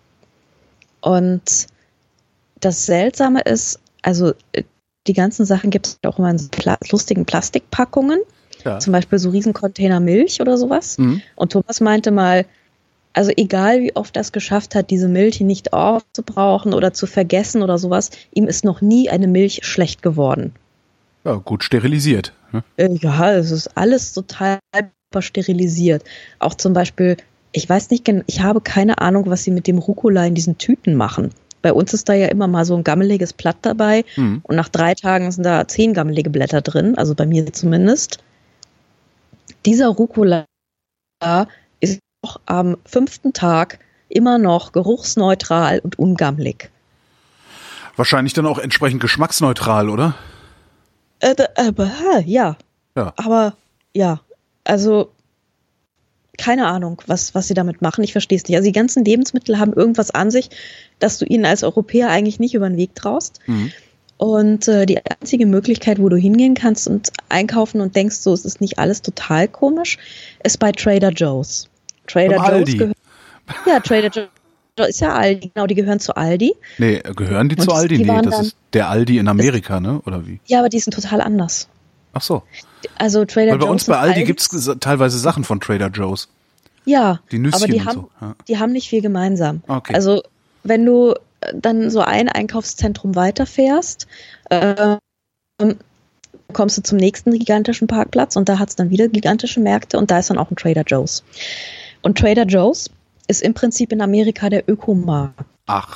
[SPEAKER 3] Und das Seltsame ist, also die ganzen Sachen gibt es auch immer in so pla- lustigen Plastikpackungen, ja. Zum Beispiel so Riesencontainer Milch oder sowas. Mhm. Und Thomas meinte mal, also egal wie oft er es geschafft hat, diese Milch nicht aufzubrauchen oder zu vergessen oder sowas, ihm ist noch nie eine Milch schlecht geworden.
[SPEAKER 2] Ja, gut sterilisiert. Ne?
[SPEAKER 3] Äh, ja, es ist alles total sterilisiert. Auch zum Beispiel, ich weiß nicht, ich habe keine Ahnung, was sie mit dem Rucola in diesen Tüten machen. Bei uns ist da ja immer mal so ein gammeliges Blatt dabei mhm. und nach drei Tagen sind da zehn gammelige Blätter drin, also bei mir zumindest. Dieser Rucola ist auch am fünften Tag immer noch geruchsneutral und ungammelig.
[SPEAKER 2] Wahrscheinlich dann auch entsprechend geschmacksneutral, oder?
[SPEAKER 3] Äh, aber, ja. ja. Aber ja, also keine Ahnung, was, was sie damit machen. Ich verstehe es nicht. Also die ganzen Lebensmittel haben irgendwas an sich, dass du ihnen als Europäer eigentlich nicht über den Weg traust. Mhm. Und äh, die einzige Möglichkeit, wo du hingehen kannst und einkaufen und denkst, so, es ist nicht alles total komisch, ist bei Trader Joe's. Trader
[SPEAKER 2] Joe's
[SPEAKER 3] Aldi. Gehört, ja, Trader Joe's ist ja Aldi. Genau, die gehören zu Aldi.
[SPEAKER 2] Nee, gehören die und zu die, Aldi? Die nee, das ist der Aldi in Amerika, ne? Oder wie?
[SPEAKER 3] Ja, aber die sind total anders.
[SPEAKER 2] Ach so.
[SPEAKER 3] Also Trader
[SPEAKER 2] Weil bei
[SPEAKER 3] Joe's
[SPEAKER 2] uns bei Aldi gibt es teilweise Sachen von Trader Joe's.
[SPEAKER 3] Ja,
[SPEAKER 2] die Nüsschen
[SPEAKER 3] aber die
[SPEAKER 2] und
[SPEAKER 3] haben,
[SPEAKER 2] so. Ja.
[SPEAKER 3] die haben nicht viel gemeinsam.
[SPEAKER 2] Okay.
[SPEAKER 3] Also wenn du dann so ein Einkaufszentrum weiterfährst, äh, kommst du zum nächsten gigantischen Parkplatz und da hat es dann wieder gigantische Märkte und da ist dann auch ein Trader Joe's. Und Trader Joe's ist im Prinzip in Amerika der Ökomarkt.
[SPEAKER 2] Ach.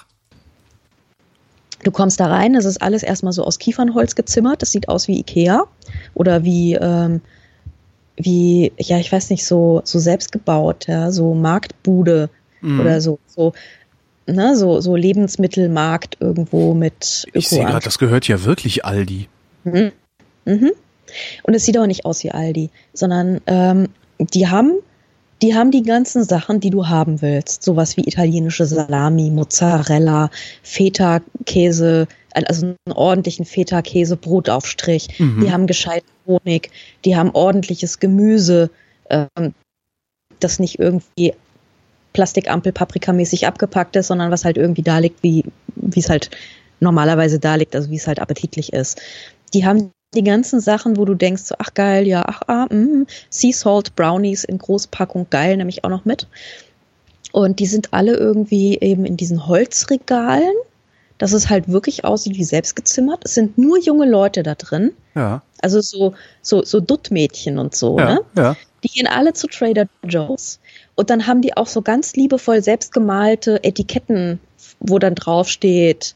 [SPEAKER 3] Du kommst da rein, es ist alles erstmal so aus Kiefernholz gezimmert, das sieht aus wie Ikea oder wie, ähm, wie, ja, ich weiß nicht, so, so selbst gebaut, ja, so Marktbude mm. oder so, so, ne, so, so Lebensmittelmarkt irgendwo mit Öko.
[SPEAKER 2] Ich sehe gerade, das gehört ja wirklich Aldi.
[SPEAKER 3] Mhm. Mhm. Und es sieht aber nicht aus wie Aldi, sondern ähm, die haben Die haben die ganzen Sachen, die du haben willst. Sowas wie italienische Salami, Mozzarella, Feta-Käse, also einen ordentlichen Feta-Käse-Brotaufstrich. Mhm. Die haben gescheiten Honig. Die haben ordentliches Gemüse, ähm, das nicht irgendwie Plastikampel-Paprikamäßig abgepackt ist, sondern was halt irgendwie da liegt, wie wie es halt normalerweise da liegt, also wie es halt appetitlich ist. Die haben die ganzen Sachen, wo du denkst, so, ach geil, ja, ach, ah, mh, Sea Salt Brownies in Großpackung, geil, nehme ich auch noch mit. Und die sind alle irgendwie eben in diesen Holzregalen, dass es halt wirklich aussieht wie selbstgezimmert. Es sind nur junge Leute da drin.
[SPEAKER 2] Ja.
[SPEAKER 3] Also so, so, so Duttmädchen und so,
[SPEAKER 2] ja,
[SPEAKER 3] ne?
[SPEAKER 2] Ja.
[SPEAKER 3] Die gehen alle zu Trader Joe's. Und dann haben die auch so ganz liebevoll selbstgemalte Etiketten, wo dann drauf steht,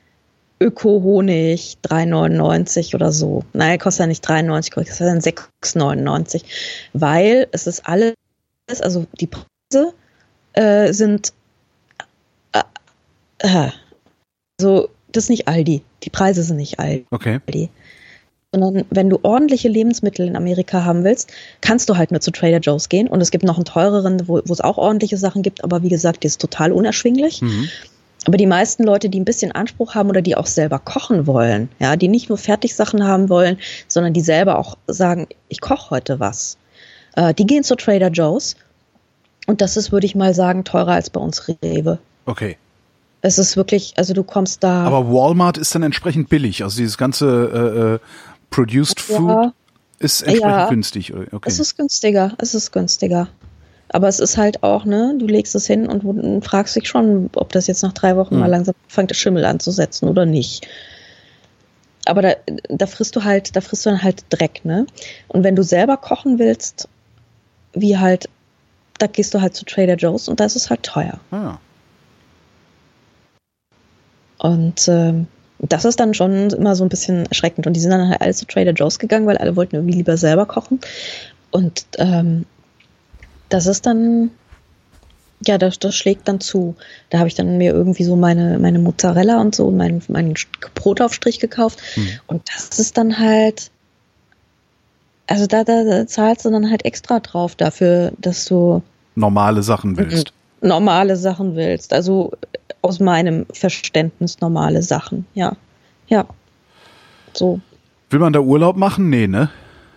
[SPEAKER 3] Öko-Honig, drei neunundneunzig oder so. Nein, kostet ja nicht drei neunzig, kostet dann sechs neunundneunzig. Weil es ist alles, also die Preise äh, sind äh, äh, also das ist nicht Aldi. Die Preise sind nicht Aldi.
[SPEAKER 2] Okay.
[SPEAKER 3] sondern wenn du ordentliche Lebensmittel in Amerika haben willst, kannst du halt nur zu Trader Joe's gehen. Und es gibt noch einen teureren, wo, wo es auch ordentliche Sachen gibt, aber wie gesagt, die ist total unerschwinglich. Mhm. Aber die meisten Leute, die ein bisschen Anspruch haben oder die auch selber kochen wollen, ja, die nicht nur Fertigsachen haben wollen, sondern die selber auch sagen, ich koche heute was, äh, die gehen zu Trader Joe's. Und das ist, würde ich mal sagen, teurer als bei uns Rewe.
[SPEAKER 2] Okay.
[SPEAKER 3] Es ist wirklich, also du kommst da...
[SPEAKER 2] Aber Walmart ist dann entsprechend billig. Also dieses ganze äh, Produced ja. Food ist entsprechend ja. günstig. Okay.
[SPEAKER 3] Es ist günstiger, es ist günstiger. Aber es ist halt auch, ne, du legst es hin und, und fragst dich schon, ob das jetzt nach drei Wochen hm. mal langsam fängt, der Schimmel anzusetzen oder nicht. Aber da, da frisst du halt, da frisst du dann halt Dreck, ne? Und wenn du selber kochen willst, wie halt, da gehst du halt zu Trader Joe's und da ist es halt teuer.
[SPEAKER 2] Ah.
[SPEAKER 3] Und ähm, das ist dann schon immer so ein bisschen erschreckend. Und die sind dann halt alle zu Trader Joe's gegangen, weil alle wollten irgendwie lieber selber kochen. Und ähm, das ist dann, ja, das, das schlägt dann zu. Da habe ich dann mir irgendwie so meine, meine Mozzarella und so, meinen mein Brotaufstrich gekauft. Hm. Und das ist dann halt, also da, da, da zahlst du dann halt extra drauf dafür, dass du
[SPEAKER 2] normale Sachen willst.
[SPEAKER 3] Normale Sachen willst. Also aus meinem Verständnis normale Sachen, ja. Ja. So.
[SPEAKER 2] Will man da Urlaub machen? Nee, ne?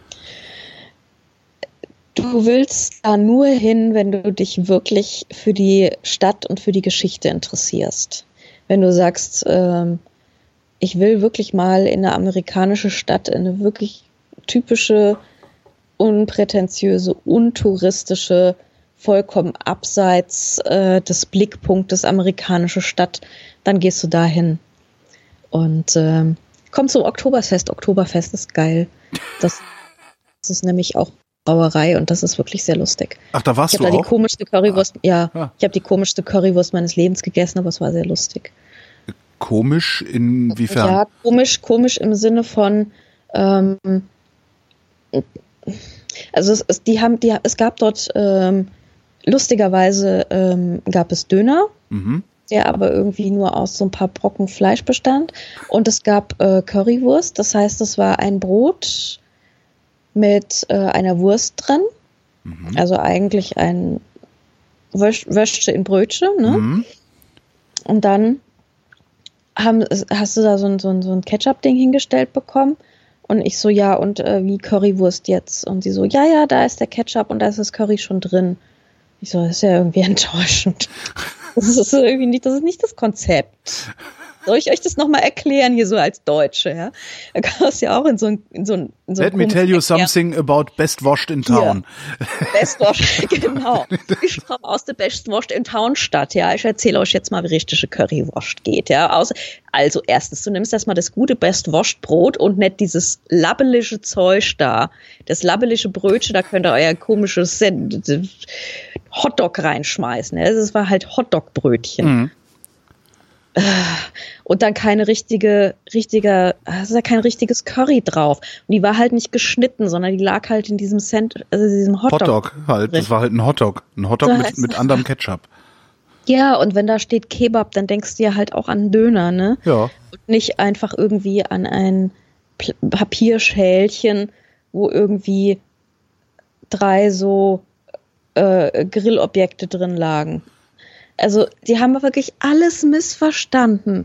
[SPEAKER 3] Du willst da nur hin, wenn du dich wirklich für die Stadt und für die Geschichte interessierst. Wenn du sagst, ähm, ich will wirklich mal in eine amerikanische Stadt, in eine wirklich typische, unprätentiöse, untouristische, vollkommen abseits äh, des Blickpunktes amerikanische Stadt, dann gehst du dahin. Und ähm, komm zum Oktoberfest. Oktoberfest ist geil. Das, das ist nämlich auch Brauerei und das ist wirklich sehr lustig.
[SPEAKER 2] Ach, da warst
[SPEAKER 3] ich
[SPEAKER 2] du
[SPEAKER 3] da
[SPEAKER 2] auch?
[SPEAKER 3] Die komischste Currywurst, ah. Ja, ah. ich habe die komischste Currywurst meines Lebens gegessen, aber es war sehr lustig.
[SPEAKER 2] Komisch inwiefern?
[SPEAKER 3] Ja, komisch, komisch im Sinne von ähm, also es, es, die haben, die, es gab dort ähm, lustigerweise ähm, gab es Döner, mhm. der aber irgendwie nur aus so ein paar Brocken Fleisch bestand. Und es gab äh, Currywurst, das heißt, es war ein Brot mit äh, einer Wurst drin. Mhm. Also eigentlich ein Wösch, Wöschche in Brötchen. Ne? Mhm. Und dann haben, hast du da so ein, so ein, so ein Ketchup-Ding hingestellt bekommen. Und ich so, ja, und äh, wie Currywurst jetzt? Und sie so, ja, ja, da ist der Ketchup und da ist das Curry schon drin. Ich so, das ist ja irgendwie enttäuschend. Das ist irgendwie nicht, das ist nicht das Konzept. Soll ich euch das nochmal erklären, hier so als Deutsche, ja? Da kannst du ja auch in so ein, in so ein, in so
[SPEAKER 2] Let me tell you something about best washed in town.
[SPEAKER 3] Hier. Best washed, genau. Ich komme aus der best washed in town Stadt, ja. Ich erzähle euch jetzt mal, wie richtige Currywurst geht, ja. Also, also erstens, du nimmst erstmal das gute best washed Brot und nicht dieses labbelige Zeug da. Das labbelige Brötchen, da könnt ihr euer komisches Hotdog reinschmeißen, ja. Das war halt Hotdog-Brötchen. Mhm. Und dann keine richtige, richtige, also da kein richtiges Curry drauf. Und die war halt nicht geschnitten, sondern die lag halt in diesem Cent, also diesem Hotdog.
[SPEAKER 2] Hotdog halt, das war halt ein Hotdog. Ein Hotdog so mit, mit anderem Ketchup.
[SPEAKER 3] Ja, und wenn da steht Kebab, dann denkst du ja halt auch an Döner, ne?
[SPEAKER 2] Ja.
[SPEAKER 3] Und nicht einfach irgendwie an ein P- Papierschälchen, wo irgendwie drei so äh, Grillobjekte drin lagen. Also, die haben wirklich alles missverstanden.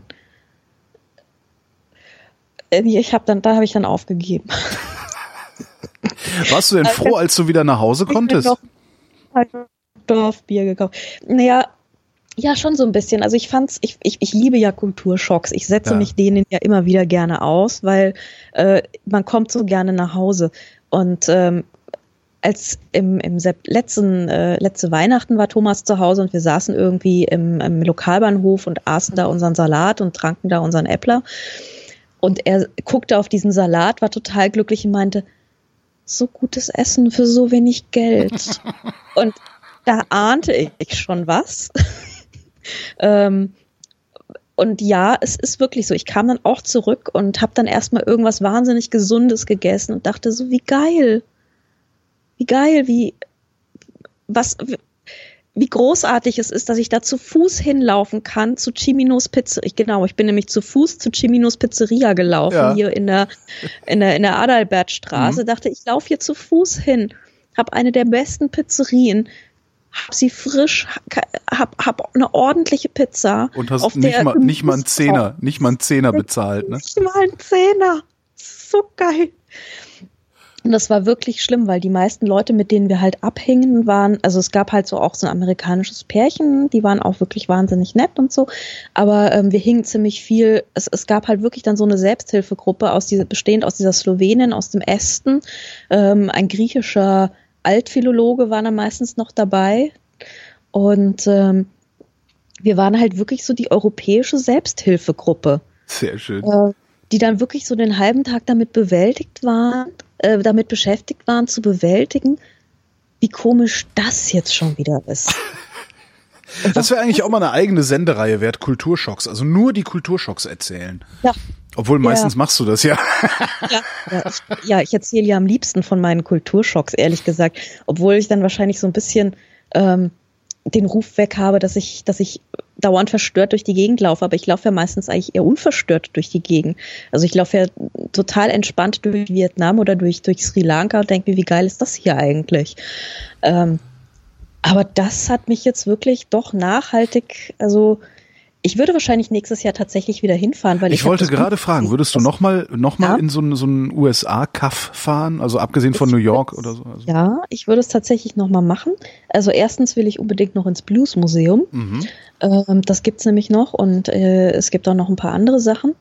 [SPEAKER 3] Ich habe dann, da habe ich dann aufgegeben.
[SPEAKER 2] Warst du denn froh, als du wieder nach Hause konntest? Ich habe noch
[SPEAKER 3] Dorfbier gekauft. Naja, ja, schon so ein bisschen. Also ich fand's, ich, ich, ich liebe ja Kulturschocks. Ich setze ja. mich denen ja immer wieder gerne aus, weil äh, man kommt so gerne nach Hause. Und ähm, als im, im letzten, äh, letzte Weihnachten war Thomas zu Hause und wir saßen irgendwie im, im Lokalbahnhof und aßen da unseren Salat und tranken da unseren Äppler. Und er guckte auf diesen Salat, war total glücklich und meinte, so gutes Essen für so wenig Geld. Und da ahnte ich schon was. ähm, und ja, es ist wirklich so. Ich kam dann auch zurück und habe dann erstmal irgendwas wahnsinnig Gesundes gegessen und dachte so, wie geil. Wie geil, wie, was, wie großartig es ist, dass ich da zu Fuß hinlaufen kann zu Ciminos Pizzeria. Genau, ich bin nämlich zu Fuß zu Ciminos Pizzeria gelaufen, ja. hier in der, in der, in der Adalbertstraße. Mhm. Dachte, ich laufe hier zu Fuß hin, habe eine der besten Pizzerien, hab sie frisch, hab, hab eine ordentliche Pizza.
[SPEAKER 2] Und hast auf nicht, mal, nicht mal einen Zehner, nicht mal einen Zehner bezahlt, ne?
[SPEAKER 3] Nicht mal einen Zehner. So geil. Und das war wirklich schlimm, weil die meisten Leute, mit denen wir halt abhingen, waren, also es gab halt so auch so ein amerikanisches Pärchen, die waren auch wirklich wahnsinnig nett und so, aber ähm, wir hingen ziemlich viel, es, es gab halt wirklich dann so eine Selbsthilfegruppe, aus dieser, bestehend aus dieser Slowenin, aus dem Esten, ähm, ein griechischer Altphilologe war dann meistens noch dabei und ähm, wir waren halt wirklich so die europäische Selbsthilfegruppe.
[SPEAKER 2] Sehr schön.
[SPEAKER 3] Äh, die dann wirklich so den halben Tag damit bewältigt waren, äh, damit beschäftigt waren, zu bewältigen, wie komisch das jetzt schon wieder ist.
[SPEAKER 2] Das wäre eigentlich auch mal eine eigene Sendereihe wert, Kulturschocks. Also nur die Kulturschocks erzählen. Ja. Obwohl meistens ja. machst du das ja.
[SPEAKER 3] Ja, ja ich, ja, ich erzähle ja am liebsten von meinen Kulturschocks, ehrlich gesagt. Obwohl ich dann wahrscheinlich so ein bisschen ähm, den Ruf weg habe, dass ich, dass ich dauernd verstört durch die Gegend laufe, aber ich laufe ja meistens eigentlich eher unverstört durch die Gegend. Also ich laufe ja total entspannt durch Vietnam oder durch, durch Sri Lanka und denke mir, wie geil ist das hier eigentlich? Ähm, aber das hat mich jetzt wirklich doch nachhaltig, also ich würde wahrscheinlich nächstes Jahr tatsächlich wieder hinfahren, weil ich.
[SPEAKER 2] Ich wollte gerade fragen, würdest du nochmal noch mal ja? in so einen so einen U S A-Kaff fahren? Also abgesehen von New York oder so? Also
[SPEAKER 3] ja, ich würde es tatsächlich nochmal machen. Also erstens will ich unbedingt noch ins Blues-Museum. Mhm. Ähm, das gibt's nämlich noch und äh, es gibt auch noch ein paar andere Sachen.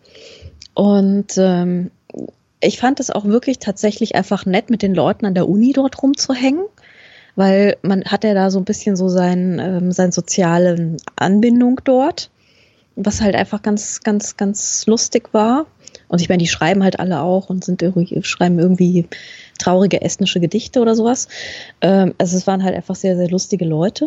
[SPEAKER 3] Und ähm, ich fand es auch wirklich tatsächlich einfach nett, mit den Leuten an der Uni dort rumzuhängen. Weil man hat ja da so ein bisschen so sein, ähm, seine soziale Anbindung dort. Was halt einfach ganz, ganz, ganz lustig war. Und ich meine, die schreiben halt alle auch und sind irgendwie, schreiben irgendwie traurige estnische Gedichte oder sowas. Ähm, also es waren halt einfach sehr, sehr lustige Leute.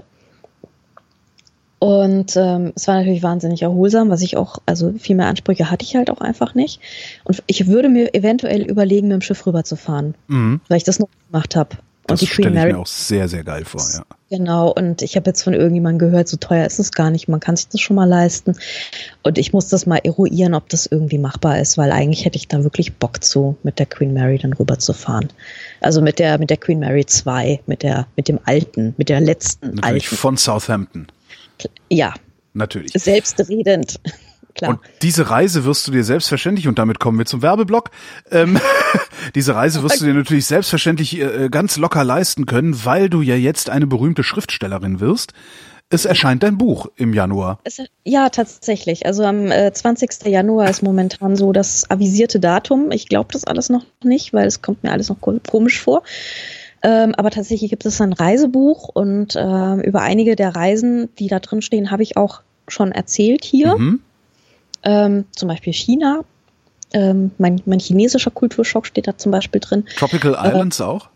[SPEAKER 3] Und ähm, es war natürlich wahnsinnig erholsam, was ich auch, also viel mehr Ansprüche hatte ich halt auch einfach nicht. Und ich würde mir eventuell überlegen, mit dem Schiff rüberzufahren, mhm. weil ich das noch gemacht habe.
[SPEAKER 2] Das stelle ich mir auch sehr, sehr geil vor, ja.
[SPEAKER 3] Genau, und ich habe jetzt von irgendjemandem gehört, so teuer ist es gar nicht, man kann sich das schon mal leisten. Und ich muss das mal eruieren, ob das irgendwie machbar ist, weil eigentlich hätte ich da wirklich Bock zu, mit der Queen Mary dann rüberzufahren. Also mit der mit der Queen Mary zwei, mit der mit dem alten, mit der letzten
[SPEAKER 2] Natürlich
[SPEAKER 3] alten.
[SPEAKER 2] Von Southampton.
[SPEAKER 3] Ja.
[SPEAKER 2] Natürlich.
[SPEAKER 3] Selbstredend. Klar.
[SPEAKER 2] Und diese Reise wirst du dir selbstverständlich, und damit kommen wir zum Werbeblock, ähm, diese Reise wirst du dir natürlich selbstverständlich äh, ganz locker leisten können, weil du ja jetzt eine berühmte Schriftstellerin wirst. Es erscheint dein Buch im Januar. Es,
[SPEAKER 3] ja, tatsächlich. Also am äh, zwanzigsten Januar ist momentan so das avisierte Datum. Ich glaube das alles noch nicht, weil es kommt mir alles noch komisch vor. Ähm, aber tatsächlich gibt es ein Reisebuch und äh, über einige der Reisen, die da drin stehen, habe ich auch schon erzählt hier. Mhm. Ähm, zum Beispiel China. Ähm, mein, mein chinesischer Kulturschock steht da zum Beispiel drin.
[SPEAKER 2] Tropical Islands äh, auch?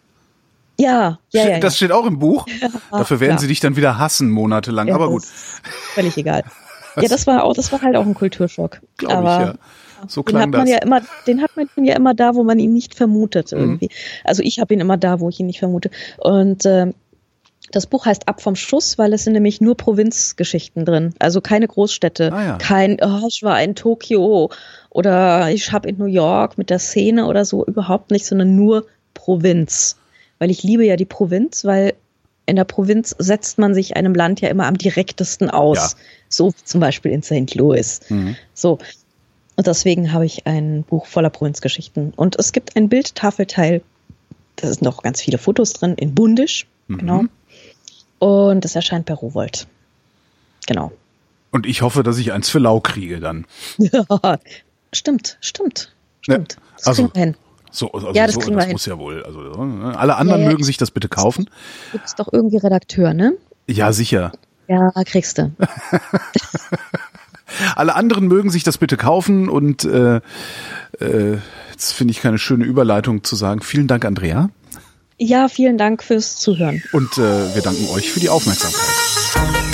[SPEAKER 3] Ja, ja, ja.
[SPEAKER 2] Das
[SPEAKER 3] ja.
[SPEAKER 2] steht auch im Buch. Ja, Dafür werden
[SPEAKER 3] klar.
[SPEAKER 2] sie dich dann wieder hassen, monatelang. Ja, aber gut.
[SPEAKER 3] Völlig egal. Ja, das war auch, das war halt auch ein Kulturschock.
[SPEAKER 2] Glaube ich, ja. So
[SPEAKER 3] klang den hat man
[SPEAKER 2] das.
[SPEAKER 3] Ja immer, den hat man ja immer da, wo man ihn nicht vermutet irgendwie. Mhm. Also ich habe ihn immer da, wo ich ihn nicht vermute. Und ähm, das Buch heißt Ab vom Schuss, weil es sind nämlich nur Provinzgeschichten drin. Also keine Großstädte. Ah, ja. Kein, oh, ich war in Tokio oder ich habe in New York mit der Szene oder so, überhaupt nicht, sondern nur Provinz. Weil ich liebe ja die Provinz, weil in der Provinz setzt man sich einem Land ja immer am direktesten aus. Ja. So wie zum Beispiel in Sankt Louis. Mhm. So. Und deswegen habe ich ein Buch voller Provinzgeschichten. Und es gibt ein Bildtafelteil, da sind noch ganz viele Fotos drin, in Bundisch. Mhm. Genau. Und es erscheint bei Rowohlt. Genau.
[SPEAKER 2] Und ich hoffe, dass ich eins für lau kriege dann.
[SPEAKER 3] Ja, stimmt, stimmt, stimmt.
[SPEAKER 2] Ja, das also, kriegen wir hin. So, also ja, das, so, kriegen das wir muss hin. Ja wohl. Also, alle anderen ja, ja. mögen sich das bitte kaufen.
[SPEAKER 3] Du bist doch irgendwie Redakteur, ne?
[SPEAKER 2] Ja, sicher.
[SPEAKER 3] Ja, kriegst du.
[SPEAKER 2] Alle anderen mögen sich das bitte kaufen und äh, äh, jetzt finde ich keine schöne Überleitung zu sagen. Vielen Dank, Andrea.
[SPEAKER 3] Ja, vielen Dank fürs Zuhören.
[SPEAKER 2] Und äh, wir danken euch für die Aufmerksamkeit.